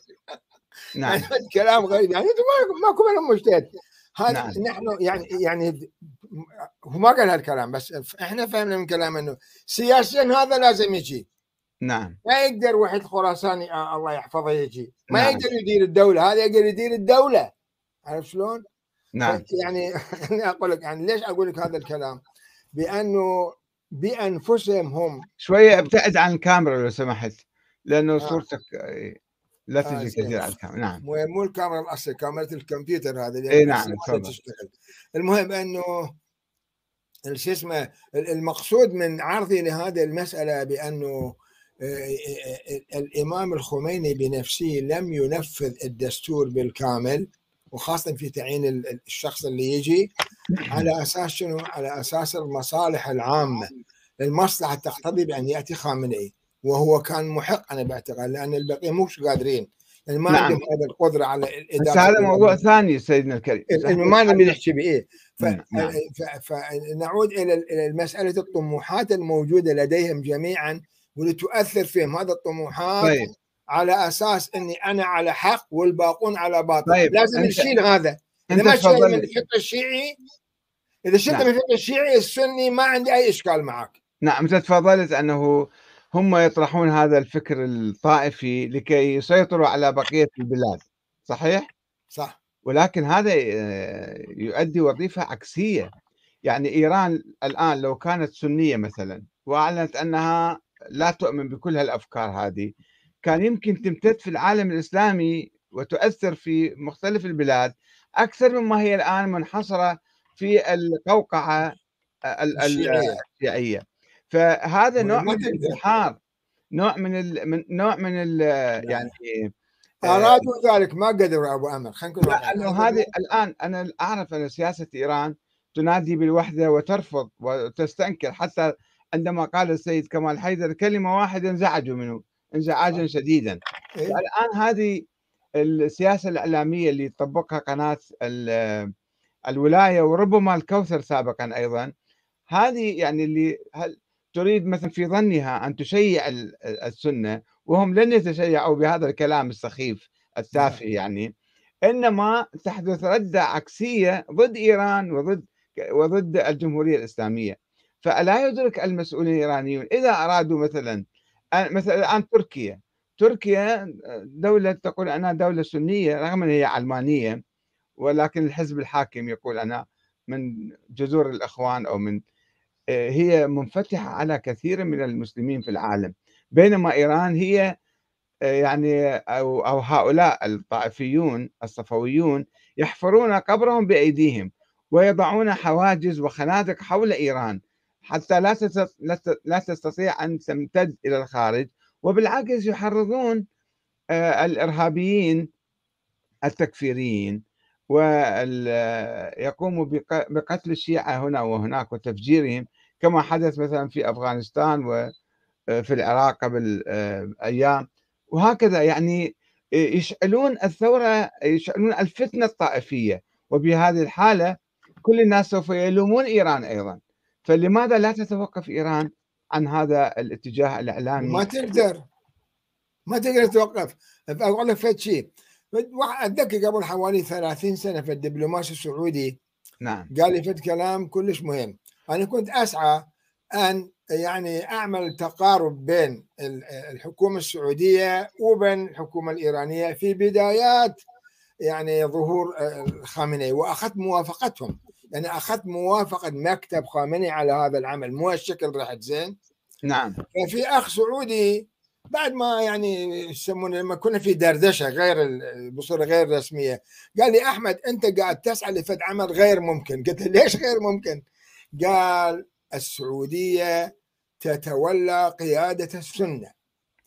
نعم يعني كلام غريب، يعني انتم ماكو منهم مجتهد. هذا نعم نحن يعني يعني هو ما قال هالكلام، بس احنا فهمنا من كلام انه سياسيا هذا لازم يجي. نعم ما يقدر واحد خراساني آه الله يحفظه يجي، ما نعم يقدر يدير الدوله، هذا يقدر يدير الدوله. عارف شلون؟ نعم يعني خليني اقول لك، يعني ليش اقول لك هذا الكلام؟ بانه بانفسهم هم شوية هم ابتعد عن الكاميرا لو سمحت، لأنه آه صورتك لا آه تجي زين. كثير على الكاميرا. نعم مو مو الكاميرا الاصلي، كاميرا الكمبيوتر هذه اللي اي بس نعم هذه تفضل. تشتغل. المهم انه شو اسمه، المقصود من عرضي لهذه المساله بانه الامام الخميني بنفسه لم ينفذ الدستور بالكامل، وخاصه في تعيين الشخص اللي يجي، على اساس شنو؟ على اساس المصالح العامه، المصلحه تقتضي بان ياتي خامنئي، وهو كان محق انا بعتقد، لان البقيه مش قادرين، يعني ما نعم عندهم هذه القدره على بس اداره هذا موضوع البلاد. ثاني سيدنا الكريم، بس احنا ما نبي نتحدث. نحكي بايه. نعم فنعود الى الى مساله الطموحات الموجوده لديهم جميعا، ولتؤثر فيهم هذه الطموحات طيب على اساس اني انا على حق والباقون على باطل. طيب لازم انت نشيل هذا. اذا انت ما شلنا من تفضلت. الفقه الشيعي، اذا شلت نعم من الفقه الشيعي السني ما عندي اي اشكال معك. نعم انت تفضلت انه هم يطرحون هذا الفكر الطائفي لكي يسيطروا على بقية البلاد، صحيح؟ صح. ولكن هذا آه، يؤدي وظيفة عكسية. يعني إيران الآن لو كانت سنية مثلا وأعلنت أنها لا تؤمن بكل هالأفكار هذه، كان يمكن تمتد في العالم الإسلامي وتؤثر في مختلف البلاد أكثر مما هي الآن منحصرة في القوقعة ال- ال- الشيعيه الشيعية. فهذا نوع ما من تقدر. الانتحار، نوع من ال... من نوع من ال... يعني آه، ارادوا ذلك ما قدروا ابو امل، خلينا نكون لا واقعيين. انه هذه الان انا اعرف ان سياسه ايران تنادي بالوحده وترفض وتستنكر، حتى عندما قال السيد كمال حيدر كلمه واحده انزعجوا منه انزعاجا شديدا. إيه؟ والان هذه السياسه الاعلاميه اللي طبقها قناه ال- الولايه وربما الكوثر سابقا ايضا، هذه يعني اللي هل تريد مثلا في ظنها ان تشيع ال- السنه، وهم لن يتشيعوا بهذا الكلام السخيف التافه يعني، انما تحدث رده عكسيه ضد ايران وضد وضد الجمهوريه الاسلاميه. فلا يدرك المسؤولين الايرانيون اذا ارادوا مثلا مثلا الان تركيا تركيا دوله تقول انها دوله سنيه رغم ان هي علمانيه، ولكن الحزب الحاكم يقول انا من جذور الاخوان او من هي منفتحه على كثير من المسلمين في العالم، بينما ايران هي يعني أو أو هؤلاء الطائفيون الصفويون يحفرون قبرهم بأيديهم ويضعون حواجز وخنادق حول إيران حتى لا لا تستطيع أن تمتد إلى الخارج، وبالعكس يحرضون آه، الإرهابيين التكفيريين ويقوموا بقتل الشيعة هنا وهناك وتفجيرهم، كما حدث مثلا في أفغانستان وفي العراق قبل آه، أيام. وهكذا يعني يشعلون الثورة، يشعلون الفتنة الطائفية، وبهذه الحالة كل الناس سوف يلومون إيران أيضا. فلماذا لا تتوقف إيران عن هذا الاتجاه ما الإعلامي؟ تقدر ما تقدر توقف. اقول لك فد شيء، اتذكر قبل حوالي ثلاثين سنه في الدبلوماسي السعودي نعم قال لي فد كلام كلش مهم. انا كنت اسعى ان يعني اعمل تقارب بين الحكومه السعوديه وبين الحكومه الايرانيه في بدايات يعني ظهور الخامنئي، واخذت موافقتهم، يعني اخذت موافقه مكتب خامنئي على هذا العمل، مو الشكل رحت زين. نعم ففي اخ سعودي بعد ما يعني يسمونه لما كنا في دردشه غير بصوره غير رسميه، قال لي احمد انت قاعد تسعى لفد عمل غير ممكن. قلت له ليش غير ممكن؟ قال السعوديه تتولى قياده السنه،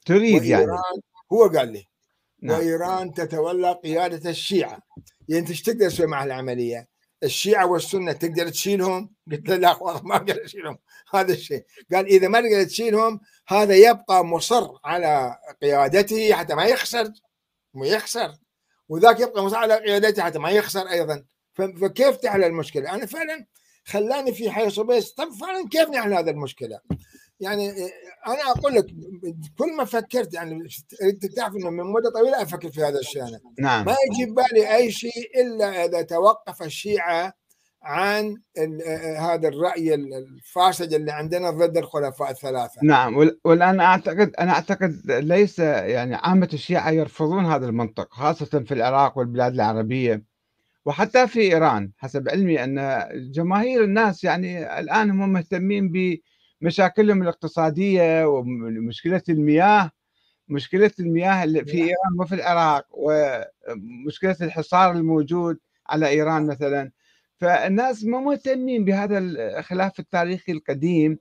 تريد يعني. وإيران هو قال لي نعم. وإيران تتولى قيادة الشيعة. يعني أنت ايش تقدر تسوي مع العملية؟ الشيعة والسنة تقدر تشيلهم؟ قلت له لا والله ما أقدر أشيلهم. هذا الشيء قال إذا ما تقدر تشيلهم هذا يبقى مصر على قيادته حتى ما يخسر ما يخسر وذاك يبقى مصر على قيادته حتى ما يخسر أيضا. فكيف تحل المشكلة؟ أنا فعلا خلاني في حي صبيس. طب فعلا كيف نحل هذا المشكلة؟ يعني انا اقول لك كل ما فكرت يعني انت تعرف انه من مده طويله افكر في هذا الشيء أنا. نعم. ما يجي بالي اي شيء الا اذا توقف الشيعه عن هذا الراي الفاسد اللي عندنا ضد الخلفاء الثلاثه. نعم. والان اعتقد انا اعتقد ليس يعني عامه الشيعه يرفضون هذا المنطق، خاصه في العراق والبلاد العربيه وحتى في ايران. حسب علمي ان جماهير الناس يعني الان هم مهتمين بمشاكلهم الاقتصاديه ومشكله المياه، مشكلة المياه اللي في إيران وفي العراق، ومشكلة الحصار الموجود على إيران مثلا. فالناس ما مهتمين بهذا الخلاف التاريخي القديم،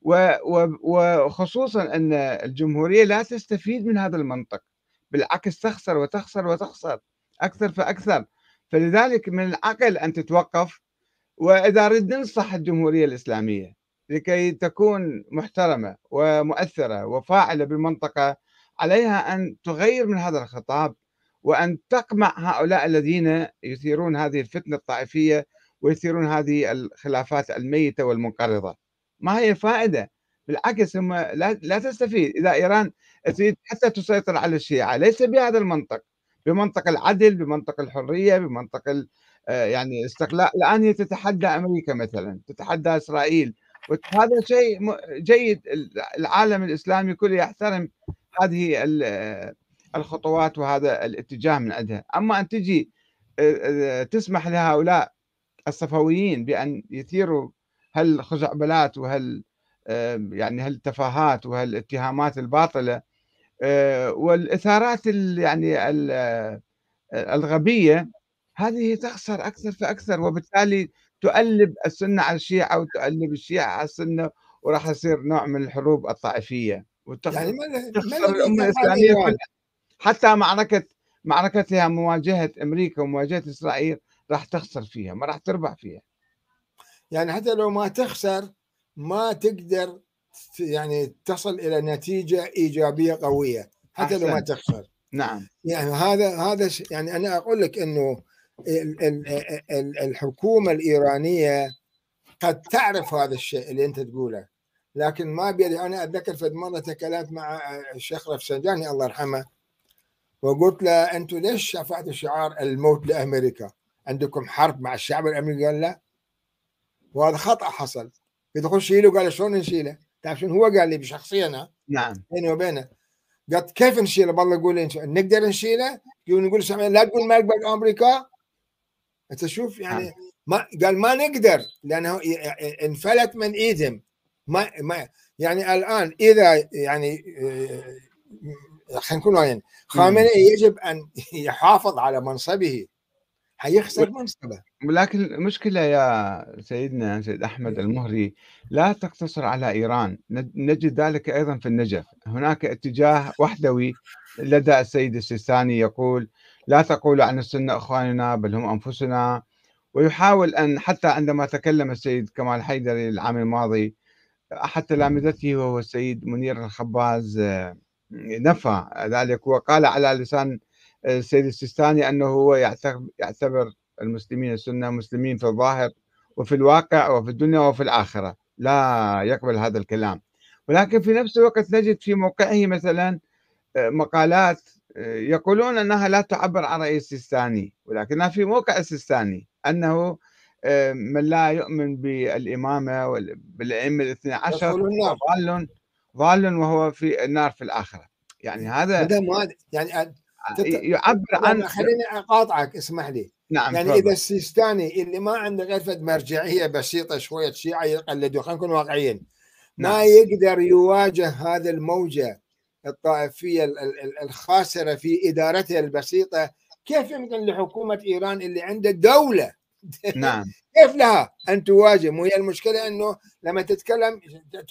وخصوصا أن الجمهورية لا تستفيد من هذا المنطق، بالعكس تخسر وتخسر وتخسر أكثر فأكثر. فلذلك من العقل أن تتوقف، وإذا رد ننصح الجمهورية الإسلامية لكي تكون محترمة ومؤثرة وفاعلة بالمنطقة، عليها أن تغير من هذا الخطاب وأن تقمع هؤلاء الذين يثيرون هذه الفتنة الطائفية ويثيرون هذه الخلافات الميتة والمنقرضة. ما هي الفائدة؟ بالعكس هم لا, لا تستفيد. إذا إيران تريد حتى تسيطر على الشيعة ليس بهذا المنطق، بمنطق العدل، بمنطق الحرية، بمنطق يعني استقلال. الآن هي تتحدى أمريكا مثلا، تتحدى إسرائيل، وهذا شيء جيد. العالم الإسلامي كله يحترم هذه الخطوات وهذا الاتجاه من عندها. أما أن تجي تسمح لهؤلاء الصفويين بأن يثيروا هالخزعبلات وهال يعني هالتفاهات وهالاتهامات الباطلة والإثارات يعني الغبية، هذه تخسر أكثر فأكثر، وبالتالي تؤلب السنة على الشيعة وتؤلب الشيعة على السنة، وراح يصير نوع من الحروب الطائفية يعني ما وتخسر الذي الأمة تفعل الإسلامية ايران؟ كلها. حتى معركة معركتها مواجهة أمريكا ومواجهة إسرائيل راح تخسر فيها، ما راح تربح فيها. يعني حتى لو ما تخسر ما تقدر يعني تصل الى نتيجه ايجابيه قويه حتى أحسن. لو ما تخسر. نعم. يعني هذا هذا يعني انا اقول لك انه الحكومه الايرانيه قد تعرف هذا الشيء اللي انت تقوله، لكن ما بيدي. انا اتذكر في مره تكلمت مع الشيخ رفسنجاني الله يرحمه وقلت له انتم ليش شفعتوا شعار الموت لامريكا؟ عندكم حرب مع الشعب الامريكي؟ قال لا، وهذا خطا حصل. يدخل شيله، قال شلون نشيله؟ تعرف شنو هو قال لي بشخصيا انا نعم بيني وبينه؟ قلت كيف نشيله؟ بالله قول لي نقدر نشيله؟ نقول لا تقول ما يقبل امريكا. انت شوف يعني ما قال ما نقدر لانه انفلت من ايدهم. ما ما يعني الان اذا يعني خلينا نكون وين خامنئي يجب ان يحافظ على منصبه، حيخسر منصبه. ولكن المشكلة يا سيدنا سيد أحمد المهري لا تقتصر على إيران، نجد ذلك أيضا في النجف. هناك اتجاه وحدوي لدى السيد السيستاني يقول لا تقولوا عن السنة إخواننا بل هم أنفسنا، ويحاول أن حتى عندما تكلم السيد كمال حيدري العام الماضي أحد تلامذته وهو السيد منير الخباز نفى ذلك، وقال على لسان السيد السيستاني أنه هو يعتبر المسلمين السنة مسلمين في الظاهر وفي الواقع وفي الدنيا وفي الآخرة، لا يقبل هذا الكلام. ولكن في نفس الوقت نجد في موقعه مثلا مقالات يقولون أنها لا تعبر عن رأي السيستاني، ولكنها في موقع السيستاني أنه من لا يؤمن بالإمامة بالأئمة الاثنى عشر ضال ضال وهو في النار في الآخرة. يعني هذا يعني يعبر عن. خليني أقاطعك اسمح لي. نعم يعني فضل. إذا السيستاني اللي ما عنده غير فد مرجعية بسيطة شوية شيعة يقلدوا، خلينا نكون واقعيين، ما نعم. يقدر يواجه هذا الموجة الطائفية الخاسرة في إدارتها البسيطة، كيف يمكن لحكومة إيران اللي عندها دولة نعم كيف لها أن تواجه؟ وهي المشكلة أنه لما تتكلم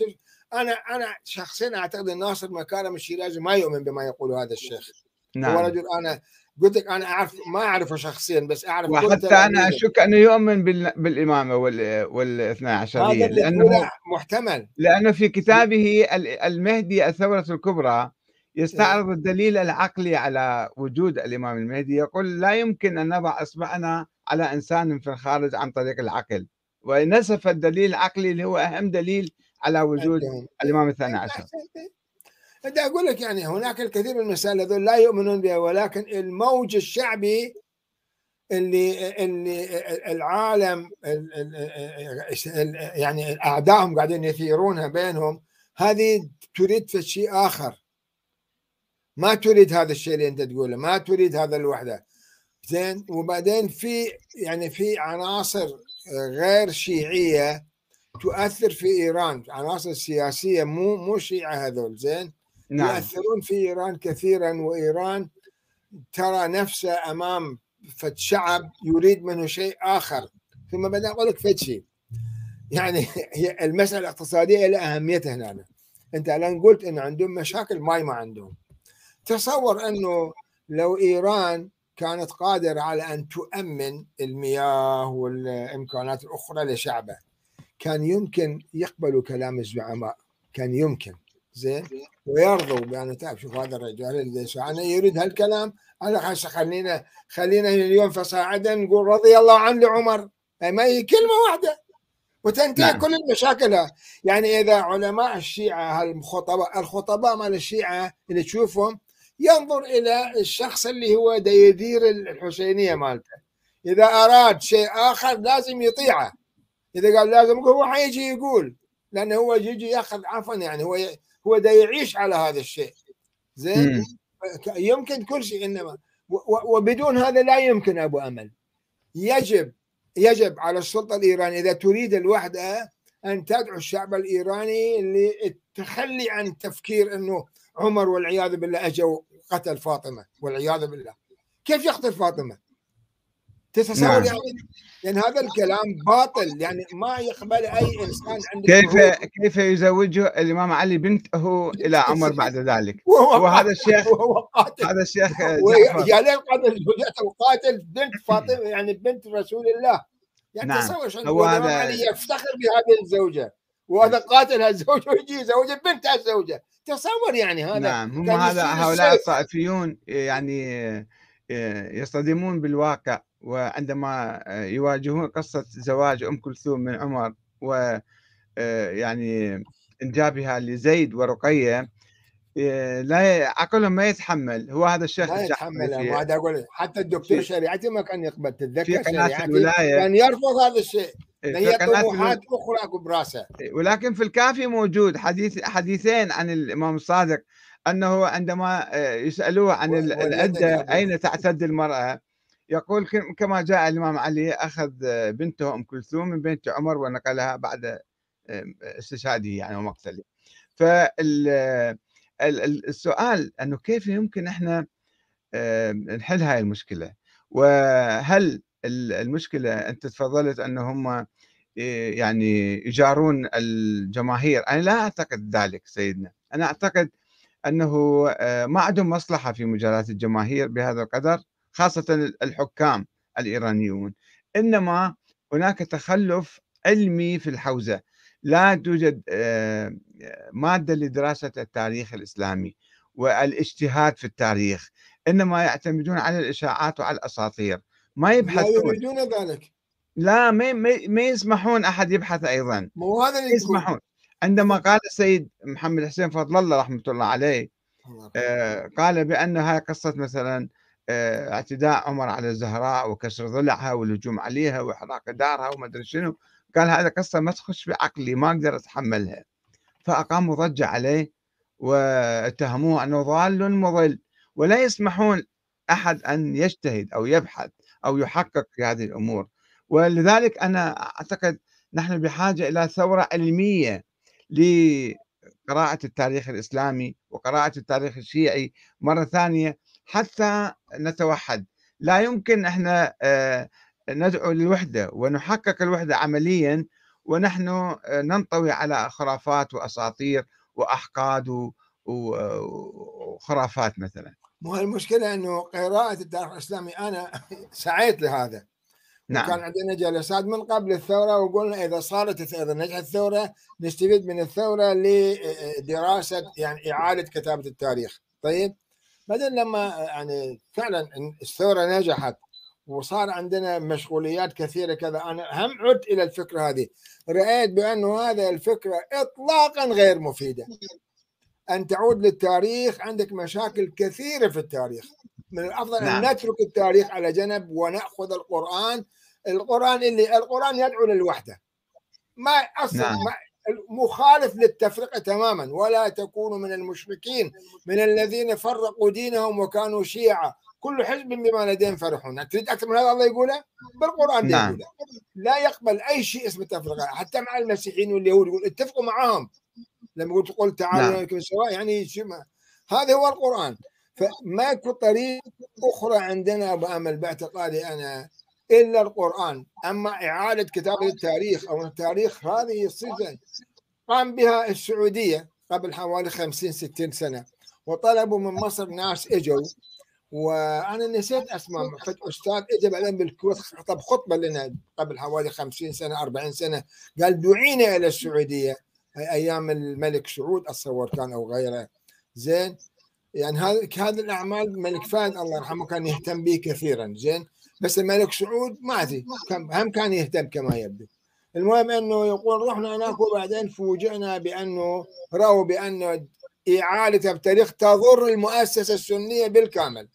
انا انا شخصيا اعتقد ان ناصر مكارم الشيرازي ما يؤمن بما يقول هذا الشيخ. هو نعم. رجل انا قلت لك انا اعرف ما اعرفه شخصيا بس اعرف كل وحتى أنا تلاميذه. أشك أنه يؤمن بال- بالإمامة وال- والاثنى هذا عشرية، اللي تقوله لأنه محتمل. لأنه في كتابه ال- المهدي الثورة الكبرى إيه. يستعرض الدليل العقلي على وجود الإمام المهدي، يقول لا يمكن أن نضع إصبعنا على إنسان في الخارج عن طريق العقل، ونسف الدليل العقلي اللي هو أهم دليل على وجود عندهم. الإمام الثاني عشر. بدي اقول لك يعني هناك الكثير من المسائل هذول لا يؤمنون بها، ولكن الموج الشعبي اللي اللي العالم يعني اعدائهم قاعدين يثيرونها بينهم، هذه تريد في شيء اخر، ما تريد هذا الشيء اللي انت تقوله، ما تريد هذا الوحده. زين. وبعدين في يعني في عناصر غير شيعيه تؤثر في ايران، عناصر سياسيه مو مو شيعه هذول. زين. نعم. يؤثرون في ايران كثيرا، وايران ترى نفسه امام فد شعب يريد منه شيء اخر. ثم بدأ اقول لك فد شيء يعني هي المساله الاقتصاديه لها اهميتها هنا. انت الان قلت انه عندهم مشاكل ماي ما عندهم. تصور انه لو ايران كانت قادره على ان تؤمن المياه والامكانات الاخرى لشعبه كان يمكن يقبلوا كلام الزعماء، كان يمكن. زين. ويرضوا بان تعرف شوف هذا الرجال اللي انا يريد هالكلام، انا خلينا خلينا اليوم فصاعدا نقول رضي الله عن لعمر، ما هي كلمه واحده وتنتهي نعم. كل المشاكل. يعني اذا علماء الشيعه الخطباء الخطباء مال الشيعه اللي تشوفهم ينظر الى الشخص اللي هو دا يدير الحسينيه مالته، اذا اراد شيء اخر لازم يطيعه، اذا قال لازم يقول هو حيجي يقول، لانه هو يجي ياخذ عفوا يعني هو هو دا يعيش على هذا الشيء. زين. مم. يمكن كل شيء، انما وبدون هذا لا يمكن ابو امل. يجب يجب على السلطه الايرانيه اذا تريد الوحده ان تدعو الشعب الايراني للتخلي عن تفكير انه عمر والعياذ بالله اجى وقتل فاطمه والعياذ بالله. كيف يقتل فاطمه؟ تتصور نعم. يعني يعني هذا الكلام باطل، يعني ما يقبل اي انسان عنده كيف شعور. كيف يزوجه الإمام علي بنته إلى عمر بعد ذلك؟ وهو هو هذا قاتل الشيخ وهو قاتل هذا الشيخ جعفر. يا ليل قاتل زوجته وقاتل بنت فاطمه يعني بنت رسول الله. يعني نعم. تصور شلون هو الامام هذا علي يفتخر بهذه الزوجه، وهذا قاتل هالزوجه ويجي يزوج بنت هالزوجه. تصور يعني هذا نعم. هم كان هذا يصير هؤلاء السيف. الطائفيون يعني يصطدمون بالواقع، وعندما يواجهون قصة زواج أم كلثوم من عمر و يعني إنجابها لزيد ورقية، لا عقلهم ما يتحمل. هو هذا الشيخ ما الجعفري يتحملها، في ما اقول حتى الدكتور في شريعتي ما كان يقبل. في تتذكر قناة شريعتي الولاية، كان يرفض هذا الشيء لان في هي قناة طموحات الولاية، اخرى براسه. ولكن في الكافي موجود حديث حديثين عن الإمام الصادق، أنه عندما يسألوه عن ولدك العدة ابوك. أين تعتد المرأة، يقول كما جاء الإمام علي أخذ بنته أم كلثوم من بنت عمر ونقلها بعد استشهاده يعني ومقتله. فالسؤال أنه كيف يمكن إحنا نحل هاي المشكلة، وهل المشكلة أنت تفضلت أنه هم يعني يجارون الجماهير؟ أنا لا أعتقد ذلك سيدنا. أنا أعتقد أنه ما عندهم مصلحة في مجاراة الجماهير بهذا القدر، خاصة الحكام الإيرانيون. إنما هناك تخلف علمي في الحوزة، لا توجد مادة لدراسة التاريخ الإسلامي والاجتهاد في التاريخ، إنما يعتمدون على الإشاعات وعلى الأساطير، ما لا يبحثون. يريدون ذلك. لا ما ما يسمحون أحد يبحث أيضا، مو هذا اللي تقول. يسمحون. عندما قال السيد محمد حسين فضل الله رحمة الله عليه آه قال بأن هاي قصة مثلا آه اعتداء عمر على الزهراء وكسر ضلعها والهجوم عليها وإحراق دارها وما أدري شنو، قال هذا قصة ما تخش في عقلي، ما أقدر أتحملها. فأقاموا ضجة عليه واتهموه أنه ضال مضل، ولا يسمحون أحد أن يجتهد أو يبحث أو يحقق في هذه الأمور. ولذلك أنا أعتقد نحن بحاجة إلى ثورة علمية لقراءة التاريخ الإسلامي وقراءة التاريخ الشيعي مرة ثانية حتى نتوحد. لا يمكن احنا ندعو للوحدة ونحقق الوحدة عمليا ونحن ننطوي على خرافات وأساطير وأحقاد و- و- وخرافات مثلا. مو المشكله انه قراءه التاريخ الاسلامي انا سعيت لهذا، وكان نعم عندنا جلسات من قبل الثوره، وقلنا اذا صارت اذا نجحت الثوره نستفيد من الثوره لدراسه يعني اعاده كتابه التاريخ. طيب بعدين لما يعني فعلا الثوره نجحت وصار عندنا مشغوليات كثيره كذا، انا هم عدت الى الفكره هذه، رايت بانه هذا الفكره اطلاقا غير مفيده. أن تعود للتاريخ عندك مشاكل كثيرة في التاريخ، من الأفضل أن نعم نترك التاريخ على جنب ونأخذ القرآن. القرآن اللي القرآن يدعو للوحدة، ما أصلا نعم ما مخالف للتفرقة تماما، ولا تكونوا من المشركين من الذين فرقوا دينهم وكانوا شيعا كل حزب بما لديهم فرحون. تريد أكثر من هذا الله يقوله بالقرآن؟ ده نعم يقوله لا يقبل أي شيء اسمه تفرقة، حتى مع المسيحيين واليهود يقول اتفقوا معهم. لما قلت قل تعالوا نعم نحكم سواء يعني هذا هو القرآن. فما يكون طريق أخرى عندنا أبو أمل باعتقادي أنا إلا القرآن. أما إعادة كتابة التاريخ أو التاريخ هذه صفة قام بها السعودية قبل حوالي خمسين ستين سنة، وطلبوا من مصر ناس إجوا، وأنا نسيت أسماء، أستاذ إجا بعدين بالكويت خطب خطبة لنا قبل حوالي خمسين سنة أربعين سنة، قال دعينا إلى السعودية ايام الملك سعود اتصور كان او غيره. زين يعني هذا هذه الاعمال الملك فهد الله يرحمه كان يهتم به كثيرا. زين بس الملك سعود ما ادري هم كان يهتم كما يبدو. المهم انه يقول رحنا هناك وبعدين فوجئنا بانه راوا بانه اعاده التاريخ تضر المؤسسه السنيه بالكامل،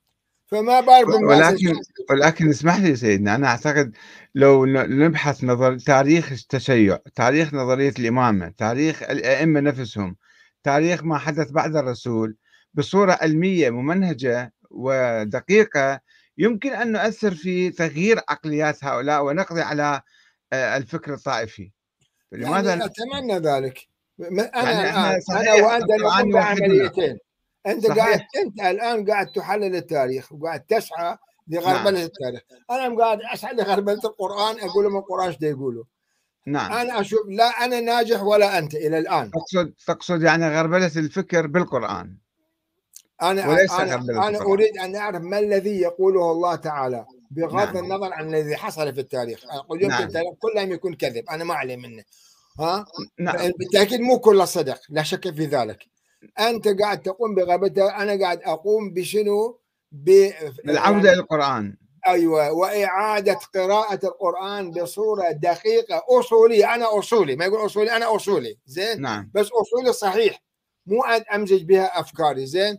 فما بعرف بالمؤسسه. ولكن ولكن اسمح لي سيدنا، أنا أعتقد لو ن- نبحث نظر تاريخ التشيع، تاريخ نظرية الإمامة، تاريخ الأئمة نفسهم، تاريخ ما حدث بعد الرسول بصورة علمية ممنهجة ودقيقة، يمكن أن نؤثر في تغيير عقليات هؤلاء ونقضي على آه، الفكر الطائفي. فلماذا يعني لا؟ اتمنى ذلك. انا يعني احنا الان انا صحيح وانت القرآن نقوم يوحدنا. بعمليتين. انت قاعد صحيح. انت الان قاعد تحلل التاريخ وقاعد تسعى نعم لغربله التاريخ، انا قاعد اسعى لغربله القران، اقول لهم القران ايش يقولوا. نعم. انا اشوف لا انا ناجح ولا انت الى الان. تقصد تقصد يعني غربلة الفكر بالقرآن انا وليس انا غربلة انا القرآن. اريد ان اعرف ما الذي يقوله الله تعالى بغض نعم النظر عن الذي حصل في التاريخ. اقول يمكن نعم التاريخ كله يكون كذب، انا ما علي منه. ها نعم. بالتاكيد مو كله صدق، لا شك في ذلك. انت قاعد تقوم بغيبته، انا قاعد اقوم بشنو؟ ب بالعودة يعني إلى القرآن. ايوه، واعاده قراءه القران بصوره دقيقه اصوليه. انا اصولي، ما يقول اصولي، انا اصولي. زين نعم بس اصولي صحيح، مو امزج بها افكاري. زين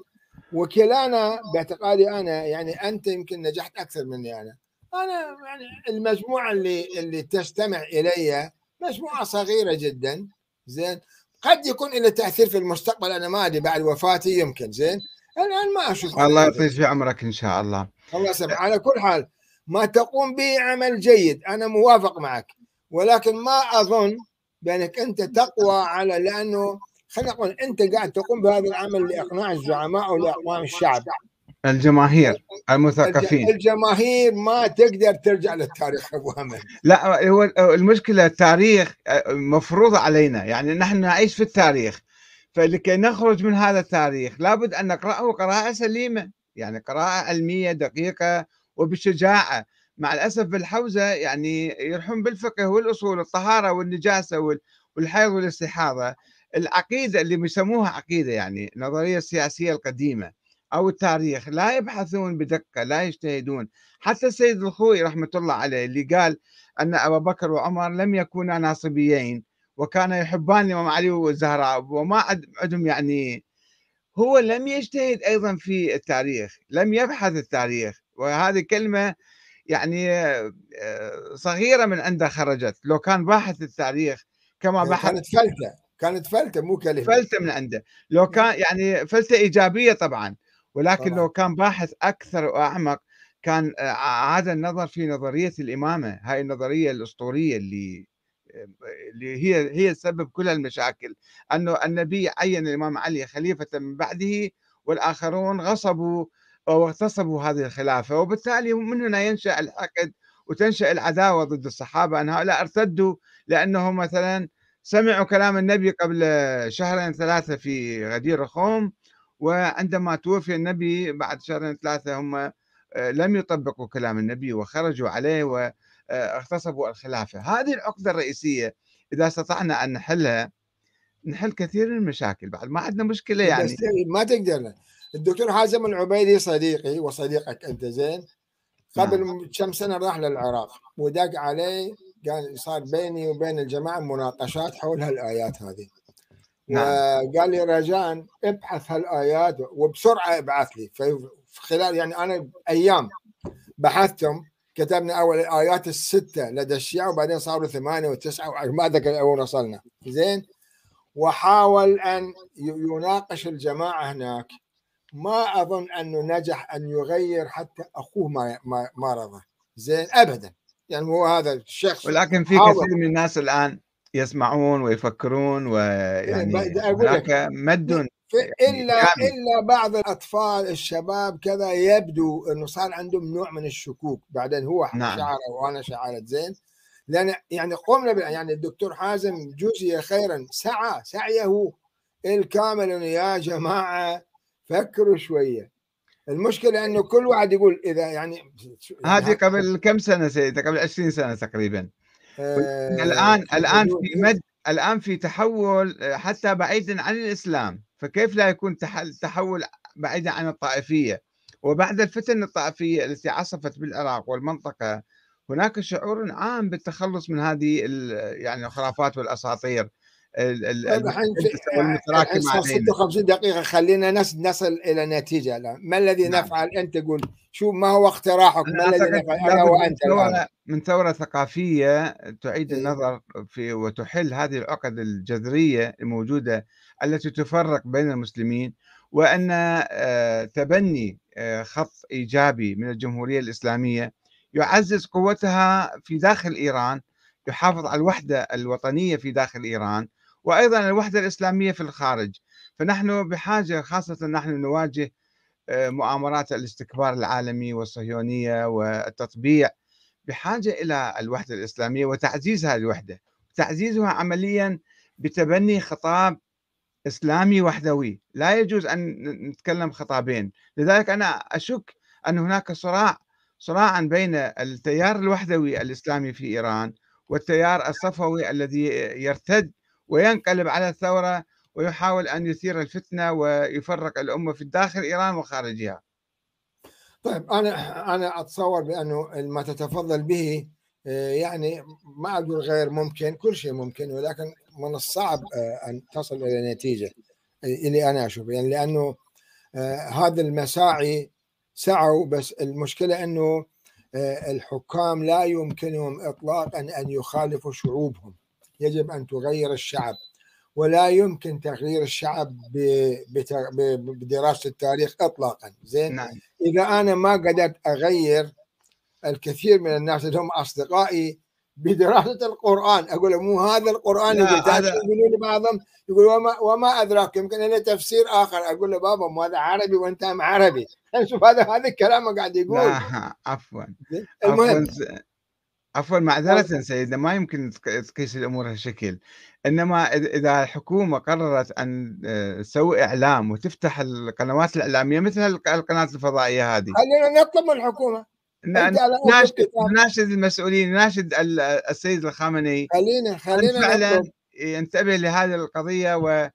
وكلانا باعتقادي انا يعني انت يمكن نجحت اكثر مني. انا انا يعني المجموعه اللي اللي تستمع الي مجموعه صغيره جدا. زين قد يكون له تاثير في المستقبل، انا ما ادري بعد وفاتي يمكن. زين الان ما اشوف هذا الله التاثير. يطيل في عمرك إن شاء الله. الله يسلمك. على كل حال ما تقوم به عمل جيد، انا موافق معك، ولكن ما اظن بانك انت تقوى على، لانه خلينا نقول انت قاعد تقوم بهذا العمل لاقناع الزعماء او لاقناع الشعب. الجماهير المثقفين. الجماهير ما تقدر ترجع للتاريخ ابو همل. لا، هو المشكلة التاريخ مفروض علينا، يعني نحن نعيش في التاريخ، فلكي نخرج من هذا التاريخ لابد أن نقرأه قراءة سليمة، يعني قراءة علمية دقيقة وبشجاعة. مع الأسف بالحوزة يعني يرحون بالفقه والأصول، الطهارة والنجاسة وال- والحيض والاستحاضة، العقيدة اللي بيسموها عقيدة، يعني النظرية السياسية القديمة أو التاريخ، لا يبحثون بدقة، لا يجتهدون. حتى السيد الخوئي رحمة الله عليه اللي قال أن أبا بكر وعمر لم يكونا ناصبيين وكان يحبان الإمام علي والزهراء وما عد- عندهم، يعني هو لم يجتهد أيضا في التاريخ، لم يبحث التاريخ. وهذه كلمة يعني آه، آه، صغيرة من عنده خرجت. لو كان باحث التاريخ كما بحث، كانت فلته، كانت فلته مو كلمه. فلتة من عنده، لو كان يعني فلتة إيجابية طبعا، ولكن طبعا لو كان باحث أكثر وأعمق كان آه، عاد النظر في نظرية الإمامة، هاي النظرية الأسطورية اللي آه، اللي هي هي سبب كل المشاكل، أنه النبي عين الإمام علي خليفة من بعده والآخرون غصبوا واغتصبوا هذه الخلافة، وبالتالي من هنا ينشأ الحقد وتنشأ العداوة ضد الصحابة، أن هؤلاء ارتدوا لأنهم مثلا سمعوا كلام النبي قبل شهرين ثلاثة في غدير خُوم، وعندما توفي النبي بعد شهرين ثلاثة هم آآ لم يطبّقوا كلام النبي وخرجوا عليه واغتصبوا الخلافة. هذه العقدة الرئيسية إذا استطعنا أن نحلها، نحل كثير من المشاكل، بعد ما عندنا مشكلة بس يعني. ما تقدر. الدكتور حازم العبيدي صديقي وصديقك أنت زين، نعم، قبل كم سنة راح للعراق ودق علي، قال صار بيني وبين الجماعة مناقشات حول هالآيات هذه، نعم، وقال لي رجاء ابحث هالآيات وبسرعة ابعث لي. في خلال يعني أنا أيام بحثتم، كتبنا أول الآيات الستة لدى الشيعة وبعدين صاروا ثمانية وتسعة ما أذكر أول وصلنا زين، وحاول أن يناقش الجماعة هناك. ما أظن أنه نجح أن يغير حتى أخوه ما ما, ما رضى زين أبدا. يعني هو هذا الشخص ولكن في حاول. كثير من الناس الآن يسمعون ويفكرون، ويعني أقول لك هناك مَدٌ يعني إلا جامد. إلا بعض الأطفال الشباب كذا يبدو أنه صار عندهم نوع من الشكوك، بعدين هو نعم، شعر وأنا شعرت زين. لأن يعني قمنا يعني الدكتور حازم جزي خيرا، سعى سعيه الكامل أنه يا جماعة فكروا شوية. المشكلة أنه كل واحد يقول إذا يعني هذه يعني قبل كم سنة سيدي؟ قبل عشرين سنة تقريبًا. آه الآن الآن في مد الآن في تحوّل حتى بعيدًا عن الإسلام، فكيف لا يكون تح تحوّل بعيدًا عن الطائفية؟ وبعد الفتن الطائفية التي عصفت بالعراق والمنطقة، هناك شعور عام بالتخلُّص من هذه ال يعني الخرافات والأساطير ال ال طيب الحين في المتكدسة الحين والمتراكمة صار علينا. ستة وخمسين دقيقة، خلينا نس نصل إلى نتيجة الآن. ما الذي نعم. نفعل؟ أنت قل شو ما هو اقتراحك؟ ما أنا الذي أعتقد نفعل أنا لابد من وأنت الآن؟ ثورة من ثورة ثقافية تعيد إيه؟ النظر في وتحل هذه العقد الجذرية الموجودة التي تفرق بين المسلمين، وأن آه، تبني آه، خط إيجابي من الجمهورية الإسلامية يعزز قوتها في داخل إيران، يحافظ على الوحدة الوطنية في داخل إيران، وأيضا الوحدة الإسلامية في الخارج. فنحن بحاجة، خاصة نحن نواجه مؤامرات الاستكبار العالمي والصهيونية والتطبيع، بحاجة إلى الوحدة الإسلامية وتعزيز هذه الوحدة، تعزيزها عمليا بتبني خطاب إسلامي وحدوي. لا يجوز أن نتكلم خطابين. لذلك أنا أشك أن هناك صراع صراعا بين التيار الوحدوي الإسلامي في إيران والتيار الصفوي الذي يرتد وينقلب على الثورة ويحاول أن يثير الفتنة ويفرق الأمة في داخل إيران وخارجها. طيب أنا أنا أتصور بأنه ما تتفضل به يعني ما أقول غير ممكن، كل شيء ممكن، ولكن من الصعب أن تصل إلى نتيجة اللي أنا أشوف. يعني لأنه هذا المساعي سعوا، بس المشكلة أنه الحكام لا يمكنهم إطلاقا أن يخالفوا شعوبهم. يجب أن تغير الشعب، ولا يمكن تغيير الشعب بدراسة التاريخ إطلاقا زين. نعم. إذا أنا ما قدرت أغير الكثير من الناس اللي هم أصدقائي بدراسة القرآن، أقول مو هذا القرآن يقول، لا تعرف هذا يقولون بعضهم يقول وما وما أدراك يمكن له تفسير آخر. أقول له بابا مو هذا عربي وأنت هم عربي. شوف هذا هذا الكلام قاعد لا يقول. عفوا المهم عفوا عفوا معذرة سيدنا، ما يمكن تقيس الأمور هالشكل. إنما إذ- إذا الحكومة قررت أن آه، تسوي إعلام وتفتح القنوات الإعلامية مثل الق- القناة الفضائية هذه، خلينا نطلب من الحكومة. ن- أنت على أكتب نناشد كتاب. نناشد المسؤولين، نناشد ال- السيد الخامنئي خلينا أن خلينا نطلب. فعلا ينتبه لهذه القضية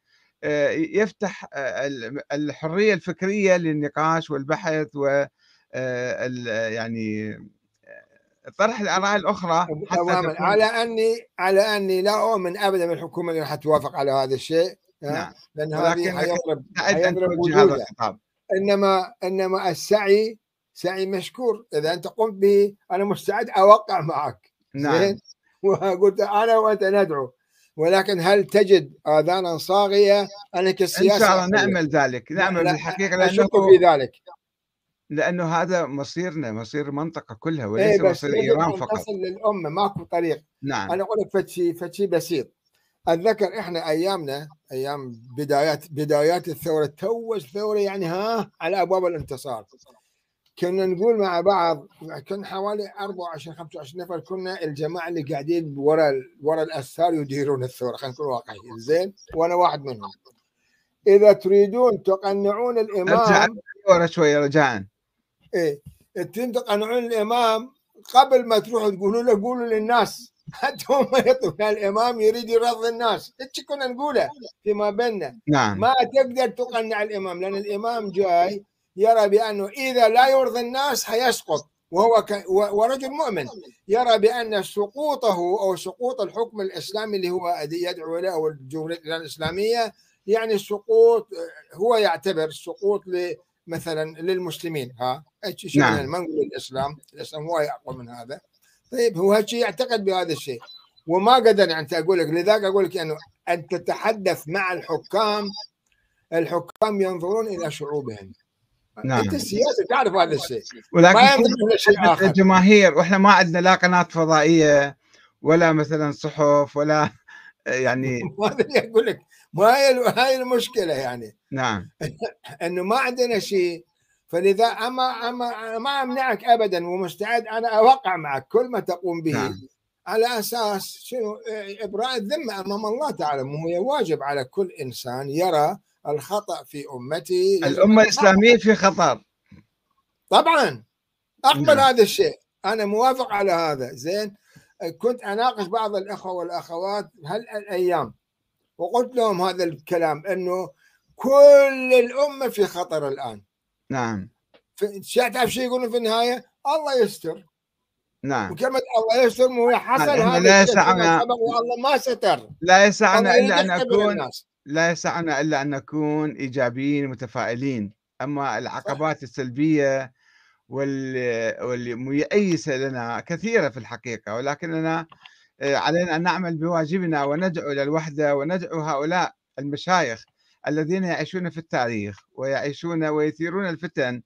ويفتح الحرية الفكرية للنقاش والبحث و آه، ال- يعني طرح الآراء الأخرى حتى تماما، تكون. على اني على اني لا اؤمن ابدا بالحكومه اللي راح توافق على هذا الشيء، ها؟ نعم، لان هذه ولكنك حيضرب تستعد أن حيضرب توجه هذا وجوده. الخطاب. انما انما السعي سعي مشكور. اذا انت قمت به انا مستعد اوقع معك نعم، زين. وقلت انا وانت ندعو، ولكن هل تجد اذانا صاغيه؟ انا إن شاء كالسياسه الله اقول نأمل ذلك، لا نأمل لا بالحقيقة، لأنه اشك في ذلك. لأنه هذا مصيرنا، مصير المنطقة كلها ايه وليس بس مصير يجب إيران ان فقط. تصل للامه، ماكو طريق. نعم، انا اقول لك فتشي فتشي بسيط. اتذكر احنا ايامنا ايام بدايات بدايات الثوره، تو الثوره يعني ها على ابواب الانتصار. كنا نقول مع بعض، كنا حوالي أربعة وعشرين خمسة وعشرين نفر، كنا الجماعه اللي قاعدين ورا ورا الاستار يديرون الثوره، خلينا نكون واقعيين زين، وانا واحد منهم. اذا تريدون تقنعون ارجع الامام، ورا شوي رجاء. ايه تريدون تقنعون الامام قبل ما تروحوا تقولوا له قولوا للناس حتى هم يطلب. الامام يريد يرضي الناس، ايش كنا نقوله فيما بيننا. نعم ما تقدر تقنع الامام، لان الامام جاي يرى بانه اذا لا يرضي الناس حيسقط، وهو ك... ورجل مؤمن يرى بان سقوطه او سقوط الحكم الاسلامي اللي هو يدعو له او الجمهوريه الاسلاميه، يعني سقوط، هو يعتبر سقوط ل مثلا للمسلمين. ها شو نعم ما نقول الاسلام، الاسلام هو اقوى من هذا. طيب هو هالشيء يعتقد بهذا الشيء وما قدر. يعني اقول لك، لذلك اقول لك انه ان تتحدث مع الحكام، الحكام ينظرون الى شعوبهم. نعم. انت السياسه تعرف هذا الشيء، ولكن ما ينظرون الى شيء اخر. الجماهير، واحنا ما عندنا لا قناه فضائيه ولا مثلا صحف ولا يعني. هذا اللي اقول لك، ما هي هاي المشكله يعني. نعم انه ما عندنا شيء. فلذا اما اما ما امنعك ابدا، ومستعد انا اوقع معك كل ما تقوم به. نعم. على اساس شنو؟ ابراء الذمه امام الله تعالى. مو واجب على كل انسان يرى الخطا في امته. الامه الاسلاميه في خطر طبعا، اقبل نعم. هذا الشيء، انا موافق على هذا. زين، كنت اناقش بعض الاخوه والاخوات هالايام وقلت لهم هذا الكلام، انه كل الامه في خطر الان. نعم تعرف شو يقولون في النهايه؟ الله يستر. نعم. وكلمه الله يستر مو حصل هذا لا الشيء يسعنا والله ما ستر. لا يسعنا الا ان يختبر نكون الناس. لا يسعنا الا ان نكون ايجابيين متفائلين. اما العقبات السلبيه واللي واللي ميئسه لنا كثيره في الحقيقه، ولكننا علينا ان نعمل بواجبنا وندعو الى الوحده، وندعو هؤلاء المشايخ الذين يعيشون في التاريخ ويعيشون ويثيرون الفتن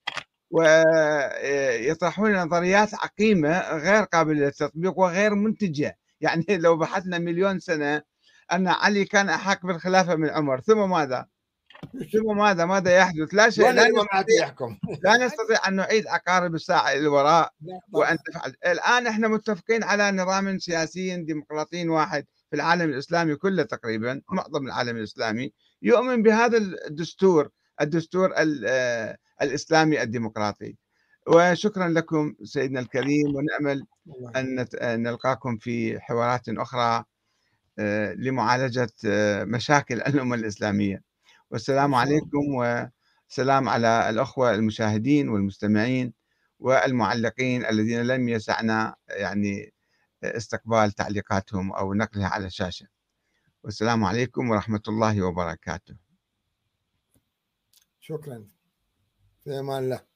ويطرحون نظريات عقيمة غير قابلة للتطبيق وغير منتجة. يعني لو بحثنا مليون سنة أن علي كان أحق بالخلافة من عمر، ثم ماذا؟ ثم ماذا؟ ماذا يحدث؟ لا شيء. لا نستطيع يحكم. لا نستطيع أن نعيد عقارب الساعة إلى الوراء وأن تفعل. الآن إحنا متفقين على نظام سياسي ديمقراطي واحد في العالم الإسلامي كله تقريبا، معظم العالم الإسلامي يؤمن بهذا الدستور، الدستور الإسلامي الديمقراطي. وشكرا لكم سيدنا الكريم، ونأمل أن نلقاكم في حوارات أخرى لمعالجة مشاكل الأمة الإسلامية. والسلام عليكم، وسلام على الأخوة المشاهدين والمستمعين والمعلقين الذين لم يسعنا يعني استقبال تعليقاتهم أو نقلها على الشاشة. والسلام عليكم ورحمة الله وبركاته. شكرا، في أمان الله.